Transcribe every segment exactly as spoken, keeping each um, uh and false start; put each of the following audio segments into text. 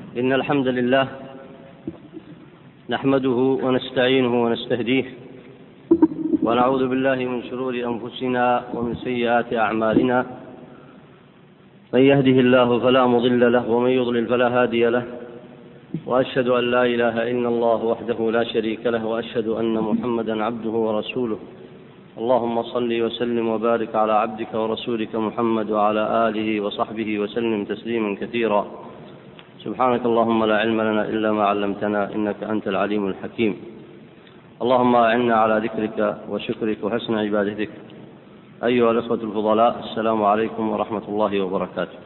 إن الحمد لله نحمده ونستعينه ونستهديه ونعوذ بالله من شرور أنفسنا ومن سيئات أعمالنا. من يهده الله فلا مضل له ومن يضلل فلا هادي له، وأشهد أن لا إله إلا الله وحده لا شريك له، وأشهد أن محمدا عبده ورسوله. اللهم صل وسلم وبارك على عبدك ورسولك محمد وعلى آله وصحبه وسلم تسليما كثيرا. سبحانك اللهم لا علم لنا إلا ما علمتنا إنك أنت العليم الحكيم. اللهم أعنا على ذكرك وشكرك وحسن عبادتك. أيها الأخوة الفضلاء، السلام عليكم ورحمة الله وبركاته.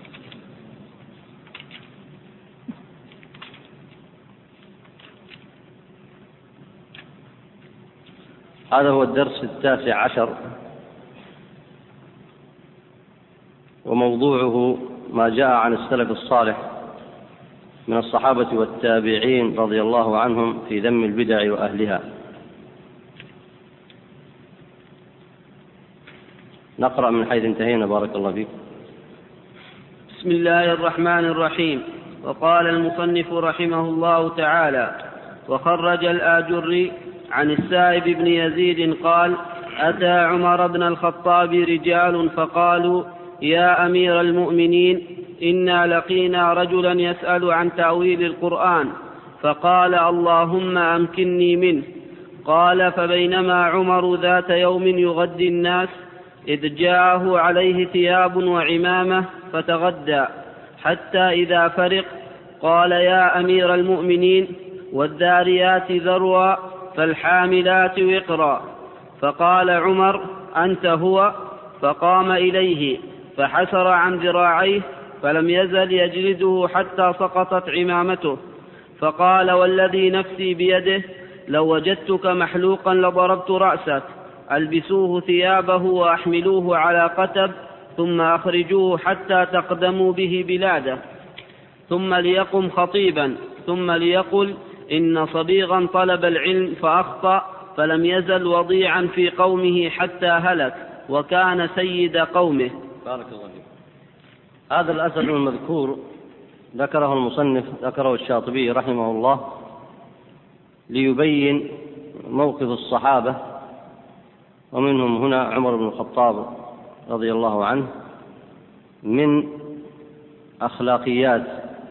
هذا هو الدرس التاسع عشر، وموضوعه ما جاء عن السلف الصالح من الصحابة والتابعين رضي الله عنهم في ذم البدع وأهلها. نقرأ من حيث انتهينا بارك الله فيك. بسم الله الرحمن الرحيم. وقال المصنف رحمه الله تعالى: وخرج الآجري عن السائب بن يزيد قال: أتى عمر بن الخطاب رجال فقالوا: يا أمير المؤمنين، إنا لقينا رجلا يسأل عن تأويل القرآن، فقال: اللهم أمكنني منه. قال: فبينما عمر ذات يوم يغدي الناس إذ جاءه عليه ثياب وعمامة فتغدى، حتى إذا فرق قال: يا أمير المؤمنين، والذاريات ذروا فالحاملات وقرا. فقال عمر: أنت هو؟ فقام إليه فحسر عن ذراعيه فلم يزل يجلده حتى سقطت عمامته. فقال: والذي نفسي بيده لو وجدتك محلوقا لضربت رأسك. ألبسوه ثيابه وأحملوه على قتب ثم أخرجوه حتى تقدموا به بلاده، ثم ليقم خطيبا ثم ليقل: إن صبيغا طلب العلم فأخطأ فلم يزل وضيعا في قومه حتى هلك وكان سيد قومه. بارك الله فيك. هذا الأثر المذكور ذكره المصنف ذكره الشاطبي رحمه الله ليبين موقف الصحابة، ومنهم هنا عمر بن الخطاب رضي الله عنه، من أخلاقيات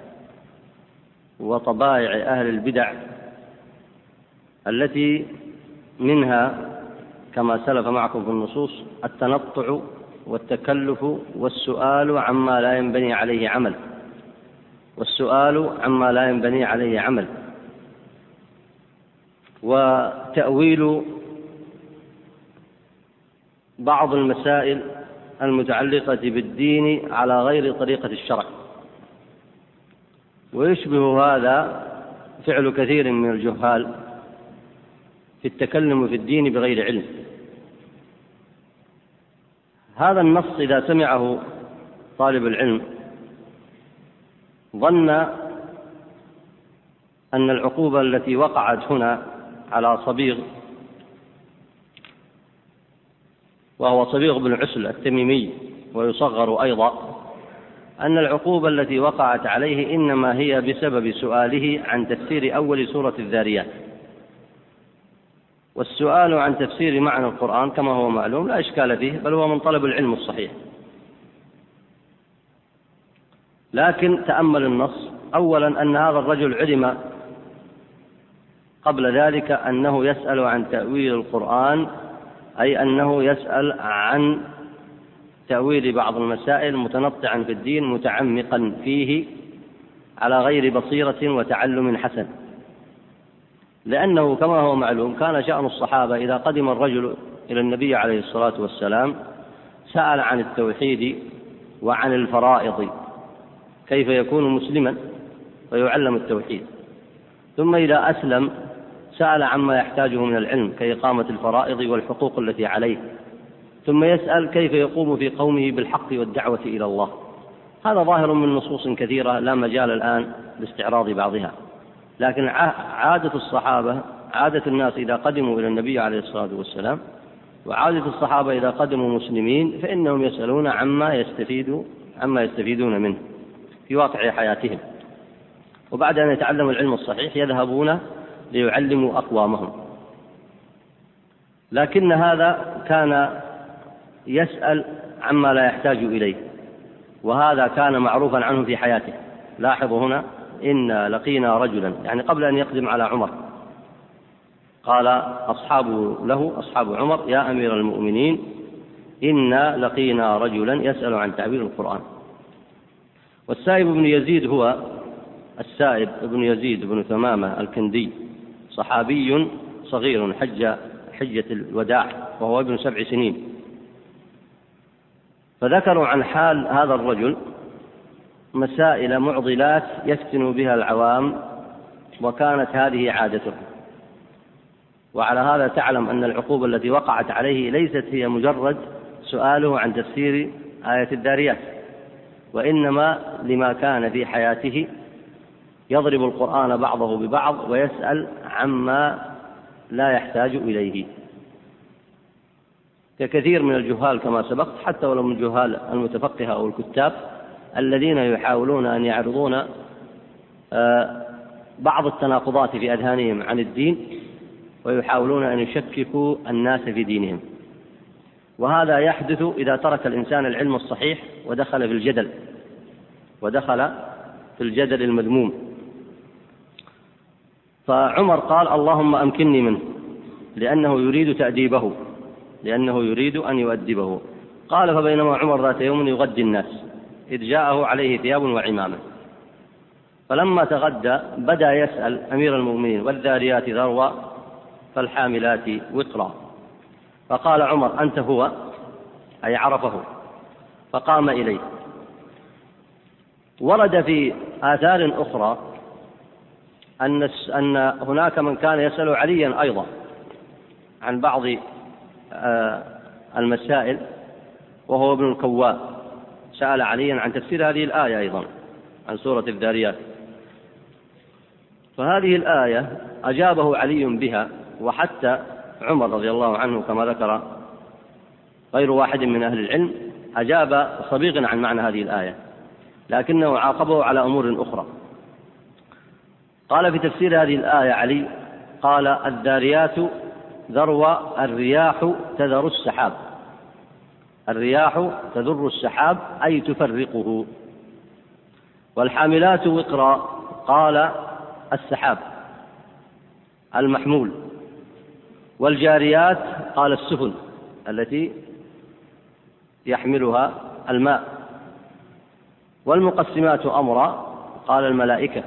وطبائع أهل البدع التي منها كما سلف معكم في النصوص التنطع والتكلف والسؤال عما لا ينبني عليه عمل والسؤال عما لا ينبني عليه عمل وتأويل بعض المسائل المتعلقة بالدين على غير طريقة الشرع. ويشبه هذا فعل كثير من الجهال في التكلم في الدين بغير علم. هذا النص إذا سمعه طالب العلم ظن أن العقوبة التي وقعت هنا على صبيغ، وهو صبيغ بن عسل التميمي ويصغر أيضا، أن العقوبة التي وقعت عليه إنما هي بسبب سؤاله عن تفسير أول سورة الذاريات. والسؤال عن تفسير معنى القرآن كما هو معلوم لا إشكال فيه، بل هو من طلب العلم الصحيح. لكن تأمل النص. أولا أن هذا الرجل علم قبل ذلك أنه يسأل عن تأويل القرآن، أي أنه يسأل عن تأويل بعض المسائل متنطعا في الدين متعمقا فيه على غير بصيرة وتعلم حسن. لأنه كما هو معلوم كان شأن الصحابة إذا قدم الرجل إلى النبي عليه الصلاة والسلام سأل عن التوحيد وعن الفرائض كيف يكون مسلما ويعلم التوحيد، ثم إذا أسلم سأل عما يحتاجه من العلم كإقامة الفرائض والحقوق التي عليه، ثم يسأل كيف يقوم في قومه بالحق والدعوة إلى الله. هذا ظاهر من نصوص كثيرة لا مجال الآن لاستعراض بعضها. لكن عادة الصحابة، عادة الناس إذا قدموا إلى النبي عليه الصلاة والسلام، وعادة الصحابة إذا قدموا مسلمين، فإنهم يسألون عما يستفيدوا عما يستفيدون منه في واقع حياتهم. وبعد أن يتعلموا العلم الصحيح يذهبون ليعلموا أقوامهم. لكن هذا كان يسأل عما لا يحتاج إليه، وهذا كان معروفا عنه في حياته. لاحظوا هنا: إنا لقينا رجلا، يعني قبل أن يقدم على عمر قال أصحابه له أصحاب عمر: يا أمير المؤمنين، إنا لقينا رجلا يسأل عن تعبير القرآن. والسائب بن يزيد هو السائب بن يزيد بن ثمامة الكندي، صحابي صغير حج حجة الوداع وهو ابن سبع سنين. فذكروا عن حال هذا الرجل مسائل معضلات يفتن بها العوام، وكانت هذه عادته. وعلى هذا تعلم أن العقوبة التي وقعت عليه ليست هي مجرد سؤاله عن تفسير آية الذاريات، وإنما لما كان في حياته يضرب القرآن بعضه ببعض ويسأل عما لا يحتاج إليه، ككثير من الجهال كما سبقت، حتى ولو من جهال المتفقهة أو الكتاب الذين يحاولون أن يعرضون بعض التناقضات في أذهانهم عن الدين، ويحاولون أن يشككوا الناس في دينهم. وهذا يحدث إذا ترك الإنسان العلم الصحيح ودخل في الجدل ودخل في الجدل المذموم. فعمر قال: اللهم أمكنني منه، لأنه يريد تأديبه، لأنه يريد أن يؤدبه. قال: فبينما عمر ذات يوم يغدي الناس إذ جاءه عليه ثياب وعمامة، فلما تغدى بدأ يسأل أمير المؤمنين: والذاريات ذروا فالحاملات وقرا. فقال عمر: أنت هو؟ أي عرفه، فقام إليه. ورد في آثار أخرى أن أن هناك من كان يسأل عليا أيضا عن بعض المسائل، وهو ابن الكواء، سأل عليا عن تفسير هذه الآية أيضا عن سورة الذاريات. فهذه الآية أجابه علي بها، وحتى عمر رضي الله عنه كما ذكر غير واحد من أهل العلم أجاب صبيغا عن معنى هذه الآية، لكنه عاقبه على أمور أخرى. قال في تفسير هذه الآية علي: قال: الذاريات ذروة، الرياح تذر السحاب، الرياح تذر السحاب أي تفرقه. والحاملات وقرا، قال: السحاب المحمول. والجاريات قال: السفن التي يحملها الماء. والمقسمات أمرا، قال: الملائكة.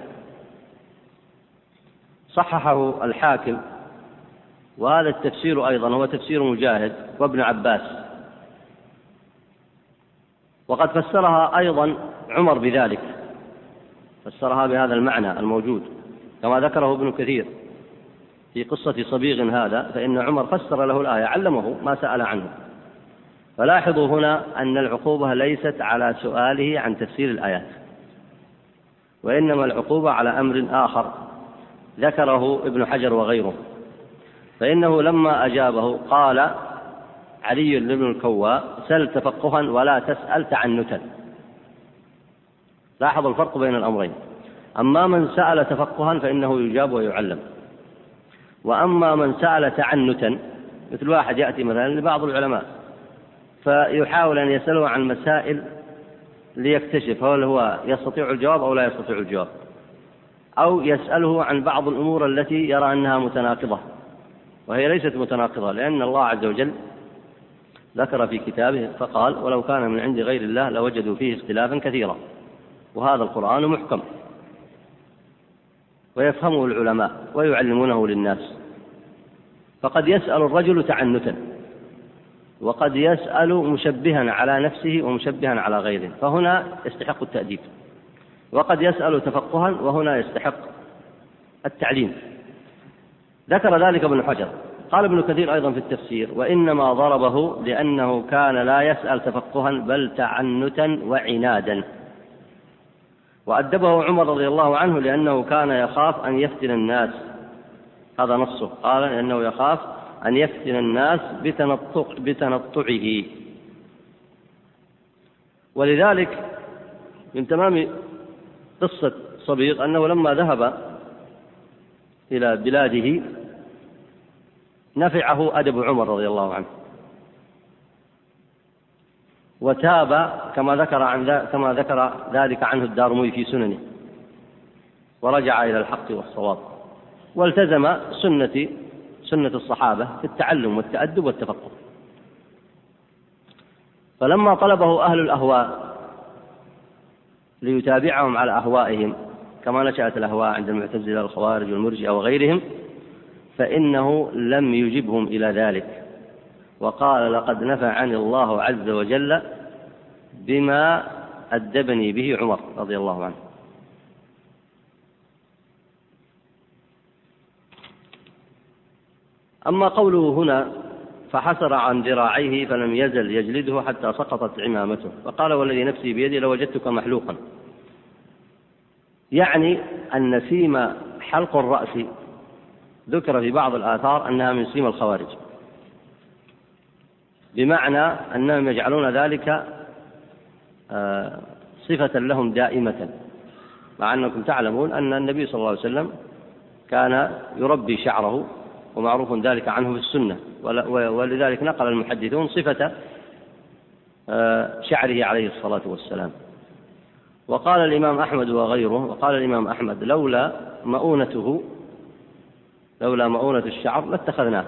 صححه الحاكم، وهذا التفسير أيضا هو تفسير مجاهد وابن عباس، وقد فسرها أيضا عمر بذلك، فسرها بهذا المعنى الموجود كما ذكره ابن كثير في قصة صبيغ هذا، فإن عمر فسر له الآية، علمه ما سأل عنه. فلاحظوا هنا أن العقوبة ليست على سؤاله عن تفسير الآيات، وإنما العقوبة على أمر آخر ذكره ابن حجر وغيره. فإنه لما أجابه قال علي بن الكواء: سل تفقها ولا تسأل تعنتا. لاحظوا الفرق بين الأمرين: أما من سأل تفقها فإنه يجاب ويعلم، وأما من سأل تعنتا، مثل واحد يأتي مثلا لبعض العلماء فيحاول أن يسأله عن مسائل ليكتشف هل هو يستطيع الجواب أو لا يستطيع الجواب، أو يسأله عن بعض الأمور التي يرى أنها متناقضة، وهي ليست متناقضة، لأن الله عز وجل ذكر في كتابه فقال: ولو كان من عند غير الله لوجدوا فيه اختلافا كثيرا. وهذا القرآن محكم ويفهمه العلماء ويعلمونه للناس. فقد يسأل الرجل تعنتا، وقد يسأل مشبها على نفسه ومشبها على غيره، فهنا يستحق التأديب. وقد يسأل تفقها، وهنا يستحق التعليم. ذكر ذلك ابن حجر. قال ابن كثير أيضا في التفسير: وإنما ضربه لأنه كان لا يسأل تفقها بل تعنتا وعنادا. وأدبه عمر رضي الله عنه لأنه كان يخاف أن يفتن الناس، هذا نصه، قال لأنه يخاف أن يفتن الناس بتنطع بتنطعه. ولذلك من تمام قصة الصبيغ أنه لما ذهب إلى بلاده نفعه أدب عمر رضي الله عنه، وتاب كما ذكر عن كما ذكر ذلك عنه الدارمي في سننه، ورجع إلى الحق والصواب، والتزم سنة سنة الصحابة في التعلم والتأدب والتفقه. فلما طلبه أهل الأهواء ليتابعهم على أهوائهم كما نشأت الأهواء عند المعتزلة والخوارج والمرجئة وغيرهم، فإنه لم يجبهم إلى ذلك، وقال: لقد نفعني الله عز وجل بما أدبني به عمر رضي الله عنه. أما قوله هنا فحسر عن ذراعيه فلم يزل يجلده حتى سقطت عمامته، فقال: والذي نفسي بيدي لوجدتك محلوقا، يعني أن سيم حلق الرأس ذكر في بعض الآثار أنها من سيم الخوارج، بمعنى أنهم يجعلون ذلك صفة لهم دائمة، مع أنكم تعلمون أن النبي صلى الله عليه وسلم كان يربي شعره، ومعروف ذلك عنه في السنة، ولذلك نقل المحدثون صفة شعره عليه الصلاة والسلام. وقال الإمام أحمد وغيره، وقال الإمام أحمد: لولا مؤونته لولا مؤونة الشعر لاتخذناه.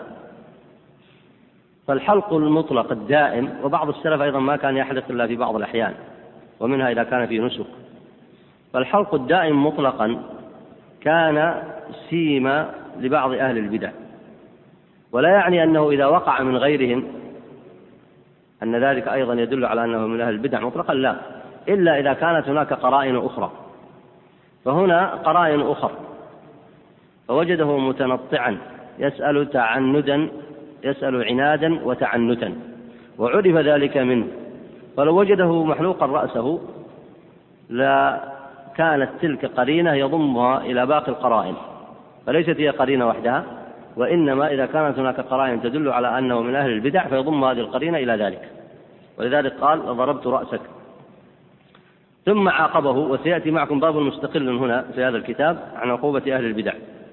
فالحلق المطلق الدائم، وبعض السلف أيضا ما كان يحلق إلا في بعض الأحيان، ومنها إذا كان في نسك، فالحلق الدائم مطلقا كان سيما لبعض أهل البدع، ولا يعني أنه إذا وقع من غيرهم أن ذلك أيضا يدل على أنه من أهل البدع مطلقا، لا، إلا إذا كانت هناك قرائن أخرى. فهنا قرائن أخرى، فوجده متنطعا يسأل تعندا يسأل عنادا وتعنتا، وعرف ذلك منه. فلو وجده محلوقا رأسه لا كانت تلك قرينة يضمها إلى باقي القرائن، فليست هي قرينة وحدها، وإنما إذا كانت هناك قرائن تدل على أنه من أهل البدع فيضم هذه القرينة إلى ذلك، ولذلك قال: ضربت رأسك. ثم عاقبه، وسيأتي معكم باب مستقل هنا في هذا الكتاب عن عقوبة أهل البدع.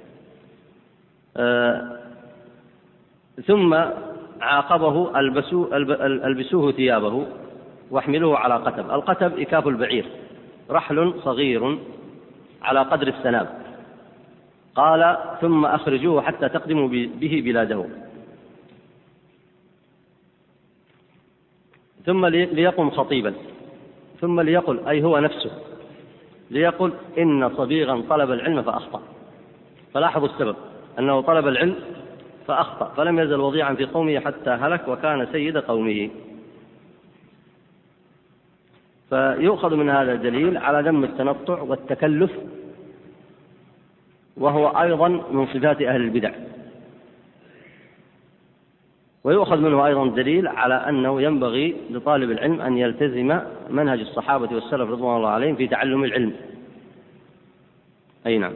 آه ثم عاقبه: البسوه, البسوه ثيابه واحملوه على قتب. القتب إكاف البعير، رحل صغير على قدر السناب. قال: ثم أخرجوه حتى تقدموا به بلاده. ثم ليقم خطيبا، ثم ليقل، أي هو نفسه، ليقل: إن صبيغا طلب العلم فأخطأ. فلاحظوا السبب، أنه طلب العلم فأخطأ، فلم يزل وضيعا في قومه حتى هلك وكان سيد قومه. فيؤخذ من هذا الدليل على ذم التنطع والتكلف، وهو أيضا من صفات أهل البدع. ويؤخذ منه أيضا دليل على أنه ينبغي لطالب العلم أن يلتزم منهج الصحابة والسلف رضوان الله عليهم في تعلم العلم. أي نعم.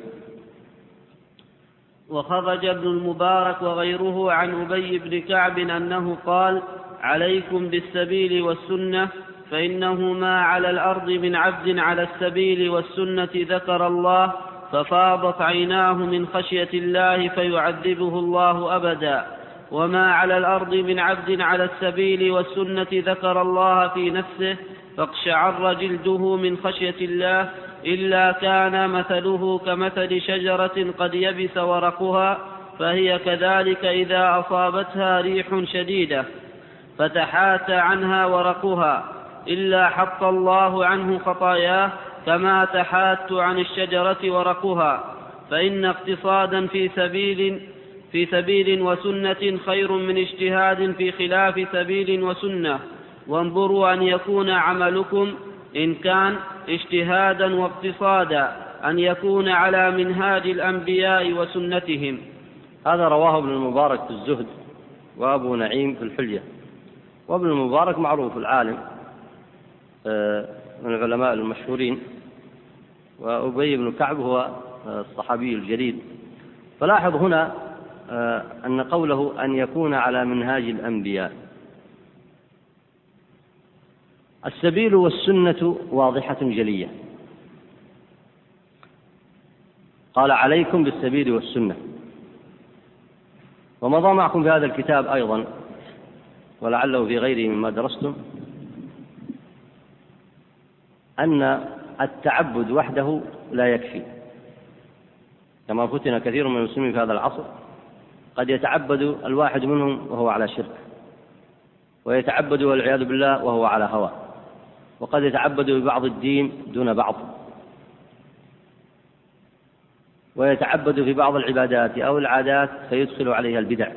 وخرج ابن المبارك وغيره عن أبي بن كعب أنه قال: عليكم بالسبيل والسنة، فإنه ما على الأرض من عبد على السبيل والسنة ذكر الله ففاضت عيناه من خشية الله فيعذبه الله أبدا، وما على الأرض من عبد على السبيل والسنة ذكر الله في نفسه فاقشعر جلده من خشية الله، إلا كان مثله كمثل شجرة قد يبس ورقها، فهي كذلك إذا أصابتها ريح شديدة فتحات عنها ورقها، إلا حط الله عنه خطاياه كما تحات عن الشجرة ورقها. فإن اقتصادا في سبيل في سبيل وسنة خير من اجتهاد في خلاف سبيل وسنة، وانظروا أن يكون عملكم إن كان اجتهادا واقتصادا أن يكون على منهاج الأنبياء وسنتهم. هذا رواه ابن المبارك في الزهد، وأبو نعيم في الحلية. وابن المبارك معروف العالم من العلماء المشهورين، وأبي بن كعب هو الصحابي الجليل. فلاحظ هنا أن قوله أن يكون على منهاج الأنبياء، السبيل والسنة واضحة جلية، قال عليكم بالسبيل والسنة. ومضى معكم في هذا الكتاب أيضا ولعله في غيره مما درستم أن التعبد وحده لا يكفي، كما فتن كثير من المسلمين في هذا العصر. قد يتعبد الواحد منهم وهو على شرك، ويتعبد والعياذ بالله وهو على هوى، وقد يتعبد ببعض الدين دون بعض، ويتعبد في بعض العبادات أو العادات فيدخل عليها البدع.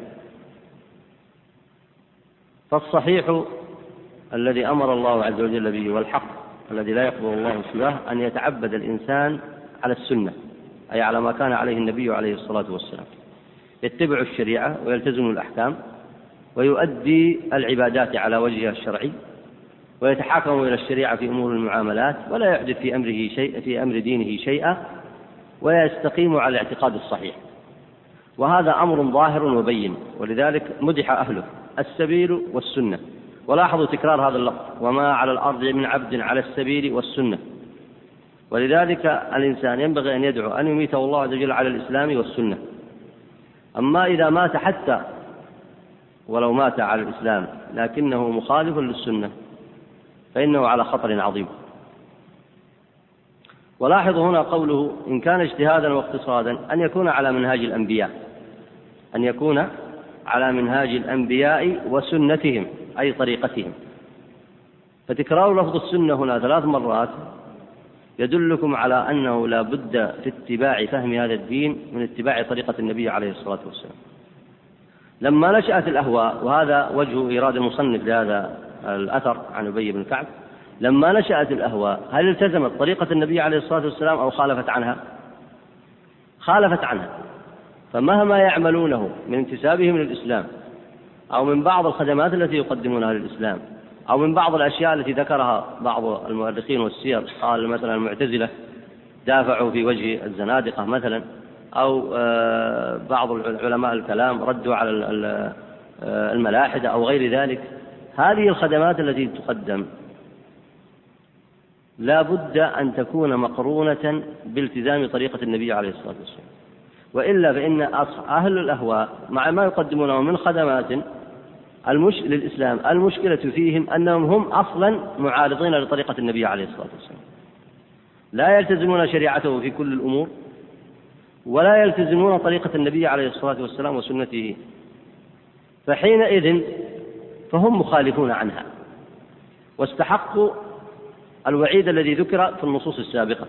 فالصحيح الذي أمر الله عز وجل به والحق الذي لا يقبل الله سواه أن يتعبد الإنسان على السنة، أي على ما كان عليه النبي عليه الصلاة والسلام، يتبع الشريعة ويلتزم الأحكام ويؤدي العبادات على وجهها الشرعي، ويتحاكم إلى الشريعة في أمور المعاملات، ولا يحدث في أمره شيء في أمر دينه شيئا، ويستقيم على الاعتقاد الصحيح. وهذا أمر ظاهر وبين، ولذلك مدح أهله السبيل والسنة. ولاحظوا تكرار هذا اللفظ: وما على الأرض من عبد على السبيل والسنة. ولذلك الإنسان ينبغي أن يدعو أن يميته الله عز وجل على الإسلام والسنة. أما إذا مات حتى ولو مات على الإسلام لكنه مخالف للسنة فإنه على خطر عظيم. ولاحظوا هنا قوله إن كان اجتهادا واقتصادا أن يكون على منهاج الأنبياء، أن يكون على منهاج الأنبياء وسنتهم أي طريقتهم. فتكرار لفظ السنة هنا ثلاث مرات يدلكم على أنه لا بد في اتباع فهم هذا الدين من اتباع طريقة النبي عليه الصلاة والسلام. لما نشأت الأهواء، وهذا وجه إيراد المصنف لهذا الأثر عن أبي بن كعب، لما نشأت الأهواء هل التزمت طريقة النبي عليه الصلاة والسلام أو خالفت عنها؟ خالفت عنها. فمهما يعملونه من انتسابهم للإسلام أو من بعض الخدمات التي يقدمونها للإسلام أو من بعض الأشياء التي ذكرها بعض المؤرخين والسير، قال مثلا المعتزلة دافعوا في وجه الزنادقة مثلا، أو بعض العلماء الكلام ردوا على الملاحدة أو غير ذلك. هذه الخدمات التي تقدم لا بد أن تكون مقرونة بالتزام طريقة النبي عليه الصلاة والسلام، وإلا فإن أهل الأهواء مع ما يقدمونه من خدمات المش... للإسلام المشكلة فيهم أنهم هم أصلا معارضين لطريقة النبي عليه الصلاة والسلام، لا يلتزمون شريعته في كل الأمور، ولا يلتزمون طريقة النبي عليه الصلاة والسلام وسنته، فحينئذ فهم مخالفون عنها واستحقوا الوعيد الذي ذكر في النصوص السابقة.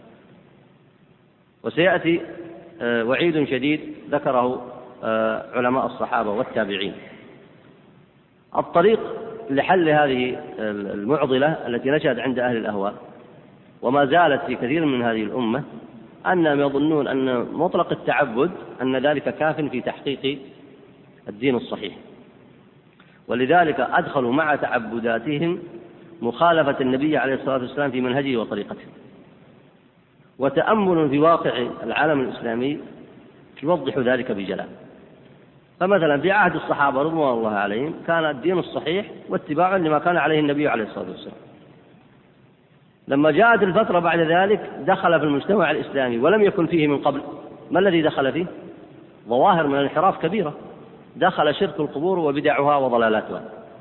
وسيأتي وعيد شديد ذكره علماء الصحابة والتابعين. الطريق لحل هذه المعضلة التي نشأت عند أهل الأهواء وما زالت في كثير من هذه الأمة أنهم يظنون أن مطلق التعبد أن ذلك كاف في تحقيق الدين الصحيح، ولذلك أدخلوا مع تعبداتهم مخالفة النبي عليه الصلاة والسلام في منهجه وطريقته. وتأمل في واقع العالم الإسلامي يوضح ذلك بجلاء. فمثلا في عهد الصحابة رضوان الله عليهم كان الدين الصحيح واتباع لما كان عليه النبي عليه الصلاة والسلام. لما جاءت الفترة بعد ذلك دخل في المجتمع الإسلامي ولم يكن فيه من قبل، ما الذي دخل فيه؟ ظواهر من الانحراف كبيرة، دخل شرك القبور وبدعها وضلالاتها.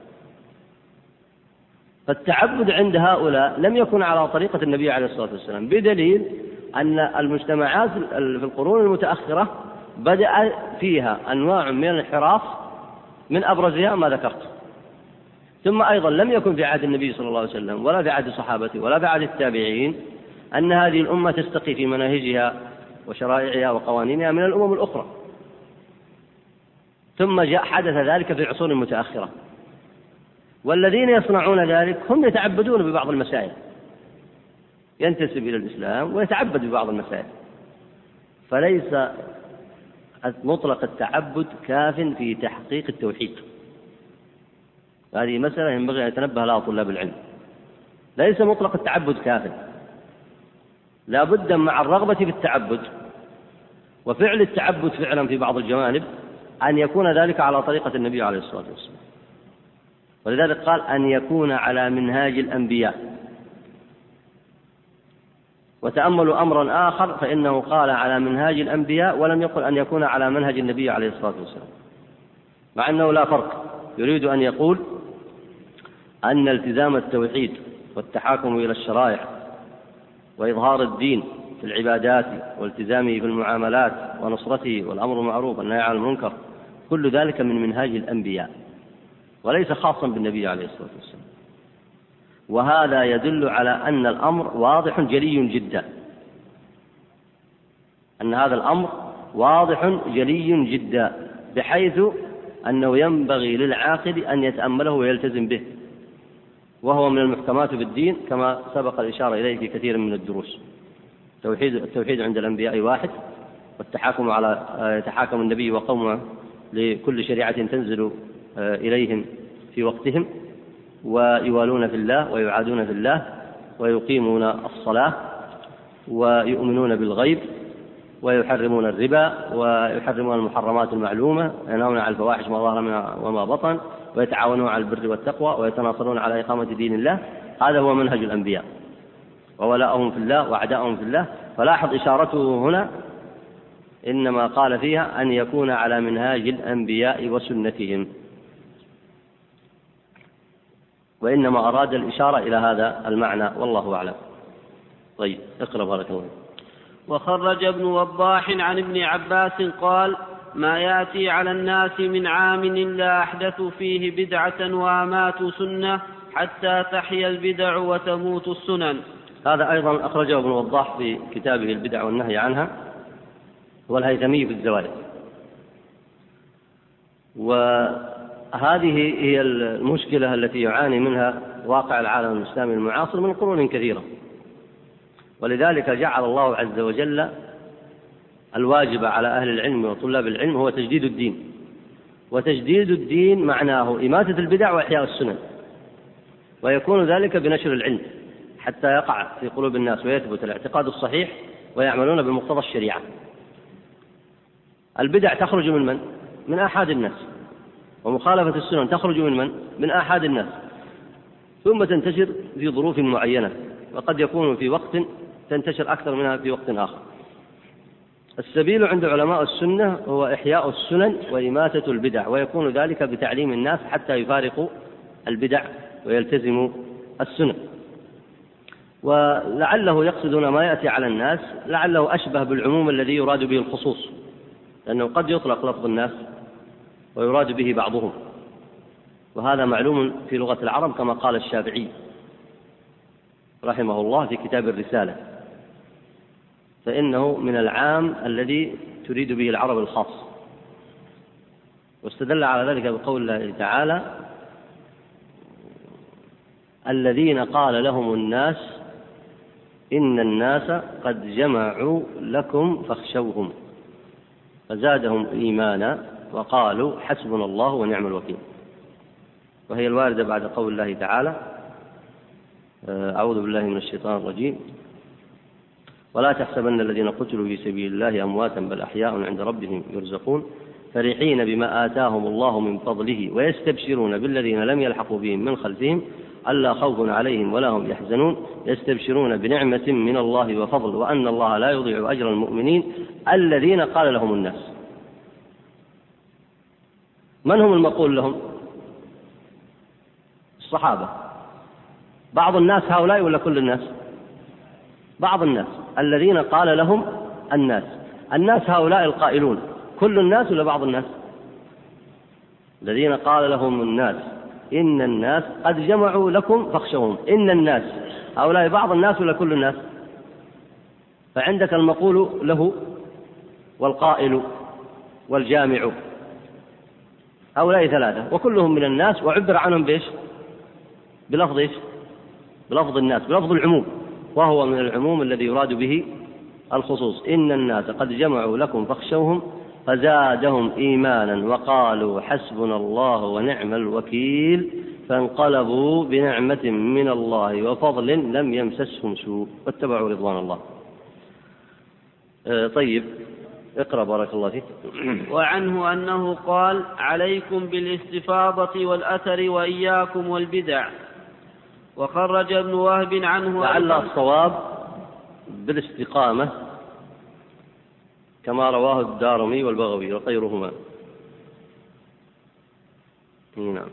فالتعبد عند هؤلاء لم يكن على طريقة النبي عليه الصلاة والسلام، بدليل أن المجتمعات في القرون المتأخرة بدأ فيها أنواع من الانحراف من أبرزها ما ذكرت. ثم أيضا لم يكن في عهد النبي صلى الله عليه وسلم ولا في عهد صحابته ولا في عهد التابعين أن هذه الأمة تستقي في مناهجها وشرائعها وقوانينها من الأمم الأخرى. ثم جاء حدث ذلك في العصور المتأخرة، والذين يصنعون ذلك هم يتعبدون ببعض المسائل، ينتسب إلى الإسلام ويتعبد ببعض المسائل. فليس مطلق التعبد كاف في تحقيق التوحيد. هذه مسألة ينبغي أن يتنبه لها طلاب العلم. ليس مطلق التعبد كاف، لا بد مع الرغبة في التعبد وفعل التعبد فعلا في بعض الجوانب أن يكون ذلك على طريقة النبي عليه الصلاة والسلام. ولذلك قال أن يكون على منهاج الأنبياء وتأملوا أمرا آخر، فإنه قال على منهاج الأنبياء ولم يقل أن يكون على منهج النبي عليه الصلاة والسلام، مع أنه لا فرق. يريد أن يقول أن التزام التوحيد والتحاكم إلى الشرائع وإظهار الدين في العبادات والتزامه في المعاملات ونصرته والأمر بالمعروف والنهي عن المنكر، كل ذلك من منهاج الأنبياء وليس خاصا بالنبي عليه الصلاة والسلام. وهذا يدل على أن الأمر واضح جلي جدا، أن هذا الأمر واضح جلي جدا، بحيث أنه ينبغي للعاقل أن يتأمله ويلتزم به، وهو من المحكمات في الدين كما سبق الإشارة إليه في كثير من الدروس. التوحيد, التوحيد عند الأنبياء واحد، والتحاكم على يتحاكم النبي وقومه لكل شريعة تنزل إليهم في وقتهم، ويوالون في الله ويعادون في الله، ويقيمون الصلاة ويؤمنون بالغيب، ويحرمون الربا ويحرمون المحرمات المعلومة، ينهون عن الفواحش ما ظهر منها وما بطن، ويتعاونون على البر والتقوى، ويتناصرون على إقامة دين الله. هذا هو منهج الأنبياء، وولاءهم في الله وأعداءهم في الله. فلاحظ إشارته هنا إنما قال فيها أن يكون على منهاج الأنبياء وسنتهم، وإنما أراد الإشارة إلى هذا المعنى، والله أعلم. طيب اقرأ بارك الله. وخرج ابن وضاح عن ابن عباس قال: ما يأتي على الناس من عام إلا أحدثوا فيه بدعة وأماتوا سنة حتى تحيا البدع وتموت السنن. هذا أيضا أخرجه ابن وضاح في كتابه البدع والنهي عنها، والهيثمي في الزوائد. وهذه هي المشكلة التي يعاني منها واقع العالم الإسلامي المعاصر من قرون كثيرة، ولذلك جعل الله عز وجل الواجب على أهل العلم وطلاب العلم هو تجديد الدين. وتجديد الدين معناه إماتة البدع وإحياء السنن، ويكون ذلك بنشر العلم حتى يقع في قلوب الناس ويثبت الاعتقاد الصحيح ويعملون بمقتضى الشريعة. البدع تخرج من من؟ من آحاد الناس، ومخالفة السنن تخرج من من؟ من آحاد الناس، ثم تنتشر في ظروف معينة، وقد يكون في وقت تنتشر أكثر منها في وقت آخر. السبيل عند علماء السنة هو إحياء السنن وإماتة البدع، ويكون ذلك بتعليم الناس حتى يفارقوا البدع ويلتزموا السنن. ولعله يقصدون ما يأتي على الناس لعله أشبه بالعموم الذي يراد به الخصوص، لأنه قد يطلق لفظ الناس ويراد به بعضهم، وهذا معلوم في لغة العرب كما قال الشافعي رحمه الله في كتاب الرسالة، فإنه من العام الذي تريد به العرب الخاص. واستدل على ذلك بقول الله تعالى: الذين قال لهم الناس إن الناس قد جمعوا لكم فاخشوهم فزادهم إيمانا وقالوا حسبنا الله ونعم الوكيل. وهي الواردة بعد قول الله تعالى: أعوذ بالله من الشيطان الرجيم: ولا تحسبن الذين قتلوا في سبيل الله أمواتا بل أحياء عند ربهم يرزقون فرحين بما آتاهم الله من فضله ويستبشرون بالذين لم يلحقوا بهم من خلفهم ألا خوف عليهم ولا هم يحزنون يستبشرون بنعمة من الله وفضل وأن الله لا يضيع أجر المؤمنين الذين قال لهم الناس. من هم المقول لهم؟ الصحابة. بعض الناس هؤلاء ولا كل الناس؟ بعض الناس الذين قال لهم الناس. الناس هؤلاء القائلون كل الناس ولا بعض الناس؟ الذين قال لهم الناس إن الناس قد جمعوا لكم فاخشوهم. إن الناس هؤلاء بعض الناس ولا كل الناس؟ فعندك المقول له والقائل والجامع، هؤلاء ثلاثة وكلهم من الناس، وعبر عنهم بإيش؟ بلفظ إيش؟ بلفظ الناس، بلفظ العموم، وهو من العموم الذي يراد به الخصوص. إن الناس قد جمعوا لكم فاخشوهم فزادهم إيمانا وقالوا حسبنا الله ونعم الوكيل فانقلبوا بنعمة من الله وفضل لم يمسسهم سوء واتبعوا رضوان الله. آه طيب اقرأ بارك الله فيك. وعنه أنه قال: عليكم بالاستفاضة والأثر وإياكم والبدع. وخرج ابن وهب عنه لعل الصواب بالاستقامة كما رواه الدارمي والبغوي وغيرهما. نعم.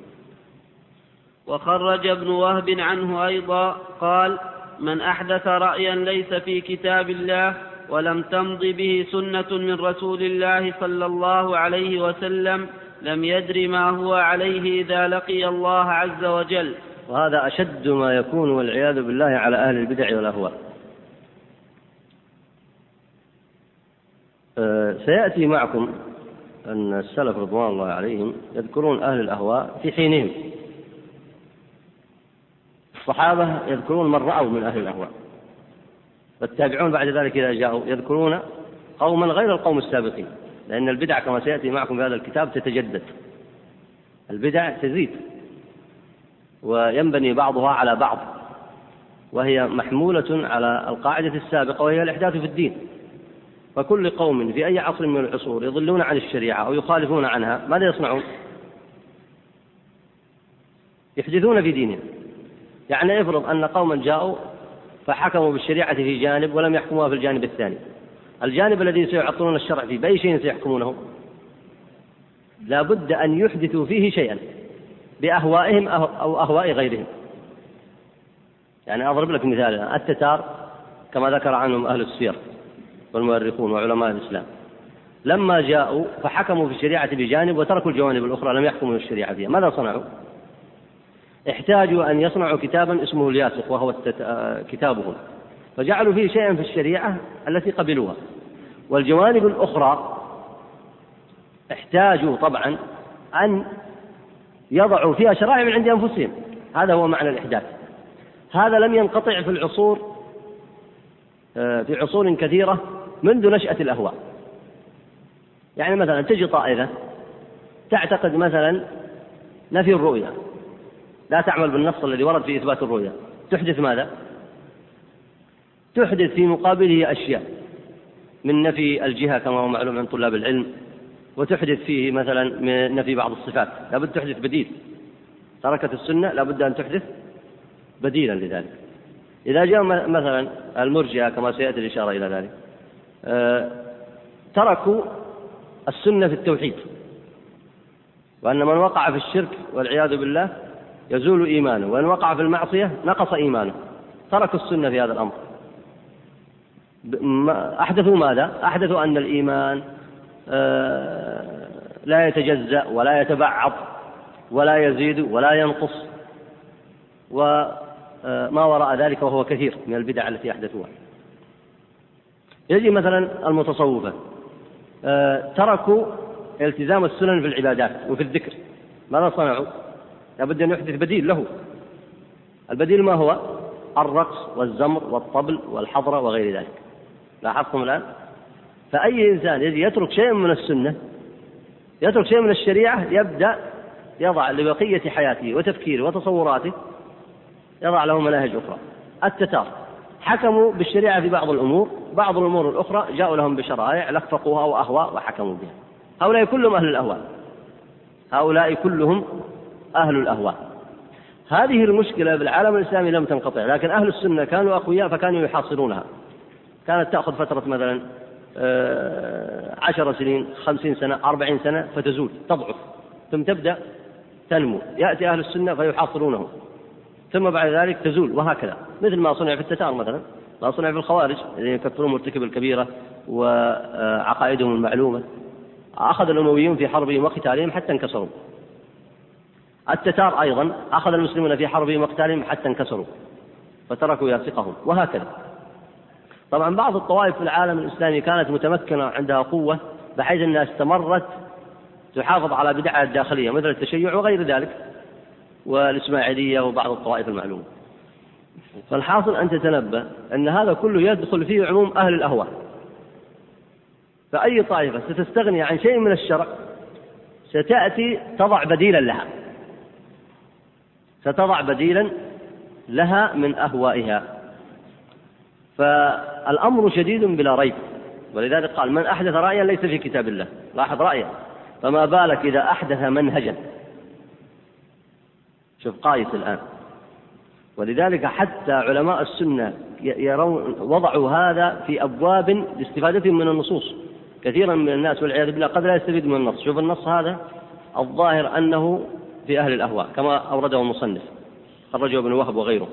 وخرج ابن وهب عنه أيضا قال: من أحدث رأيا ليس في كتاب الله ولم تمض به سنة من رسول الله صلى الله عليه وسلم لم يدر ما هو عليه إذا لقي الله عز وجل. وهذا أشد ما يكون والعياذ بالله على أهل البدع والأهواء. أه سيأتي معكم أن السلف رضوان الله عليهم يذكرون أهل الأهواء في حينهم. الصحابة يذكرون من رأوا من أهل الأهواء، والتابعون بعد ذلك إذا جاءوا يذكرون قوما غير القوم السابقين، لأن البدع كما سيأتي معكم في هذا الكتاب تتجدد، البدع تزيد وينبني بعضها على بعض، وهي محمولة على القاعدة السابقة وهي الإحداث في الدين. فكل قوم في أي عصر من العصور يضلون عن الشريعة أو يخالفون عنها ماذا يصنعون؟ يحدثون في دينهم. يعني افرض أن قوما جاءوا فحكموا بالشريعة في جانب ولم يحكموها في الجانب الثاني، الجانب الذي سيعطلون الشرع فيه بأي شيء سيحكمونه؟ لا بد أن يحدثوا فيه شيئا بأهوائهم أو أهواء غيرهم. يعني أضرب لك مثال: التتار كما ذكر عنهم أهل السير والمؤرخون وعلماء الإسلام، لما جاءوا فحكموا في الشريعة بجانب وتركوا الجوانب الأخرى لم يحكموا الشريعة فيها، ماذا صنعوا؟ احتاجوا أن يصنعوا كتابا اسمه الياسق وهو كتابهم، فجعلوا فيه شيئا في الشريعة التي قبلوها، والجوانب الأخرى احتاجوا طبعا أن يضعوا فيها شرائع من عند أنفسهم. هذا هو معنى الإحداث. هذا لم ينقطع في العصور في عصور كثيرة منذ نشأة الأهواء. يعني مثلا تجي طائفة تعتقد مثلا نفي الرؤيا، لا تعمل بالنص الذي ورد في إثبات الرؤيا، تحدث ماذا؟ تحدث في مقابله أشياء من نفي الجهة كما هو معلوم عند طلاب العلم، وتحدث فيه مثلا من نفي بعض الصفات، لا بد تحدث بديل. تركت السنة لا بد أن تحدث بديلا لذلك. إذا جاء مثلا المرجئة كما سيأتي الإشارة إلى ذلك أه تركوا السنة في التوحيد، وأن من وقع في الشرك والعياذ بالله يزول إيمانه، وإن وقع في المعصية نقص إيمانه. تركوا السنة في هذا الأمر. أحدثوا ماذا؟ أحدثوا أن الإيمان أه لا يتجزأ ولا يتبعض ولا يزيد ولا ينقص، وما وراء ذلك وهو كثير من البدع التي أحدثوها. يجي مثلا المتصوفة أه تركوا التزام السنن في العبادات وفي الذكر، ماذا صنعوا؟ لابد أن يحدث بديل له. البديل ما هو؟ الرقص والزمر والطبل والحضرة وغير ذلك. لاحظتم الآن؟ فأي إنسان يجي يترك شيء من السنة، يترك شيء من الشريعة، يبدأ يضع لبقية حياته وتفكيره وتصوراته يضع له مناهج أخرى. التتار حكموا بالشريعة في بعض الأمور، بعض الأمور الأخرى جاءوا لهم بشرائع لفقوها وأهواء وحكموا بها. هؤلاء كلهم أهل الأهواء، هؤلاء كلهم أهل الأهواء. هذه المشكلة بالعالم الإسلامي لم تنقطع، لكن أهل السنة كانوا أقوياء فكانوا يحاصرونها. كانت تأخذ فترة مثلا عشر سنين، خمسين سنة، أربعين سنة، فتزول تضعف ثم تبدأ تنمو. يأتي أهل السنة فيحاصرونهم ثم بعد ذلك تزول، وهكذا، مثل ما صنع في التتار مثلا، ما صنع في الخوارج الذين يكفرون مرتكب الكبيرة وعقائدهم المعلومة. أخذ الأمويون في حربهم وقتالهم حتى انكسروا. التتار أيضا أخذ المسلمون في حربهم وقتالهم حتى انكسروا فتركوا ياسقهم، وهكذا. طبعا بعض الطوائف في العالم الإسلامي كانت متمكنة عندها قوة بحيث أنها استمرت تحافظ على بدعها الداخلية مثل التشيع وغير ذلك والإسماعيلية وبعض الطوائف المعلومة. فالحاصل أن تتنبه أن هذا كله يدخل فيه عموم أهل الأهواء. فأي طائفة ستستغني عن شيء من الشرع ستأتي تضع بديلا لها، ستضع بديلا لها من أهوائها. فالأمر شديد بلا ريب، ولذلك قال: من أحدث رأيا ليس في كتاب الله. لاحظ رأيا، فما بالك إذا أحدث منهجا. شوف قايس الآن، ولذلك حتى علماء السنة يرون وضعوا هذا في أبواب لاستفادتهم من النصوص. كثيرا من الناس والعياذ بالله قد لا يستفيد من النص. شوف النص هذا الظاهر أنه في أهل الأهواء كما أورده المصنف خرجه ابن وهب وغيره،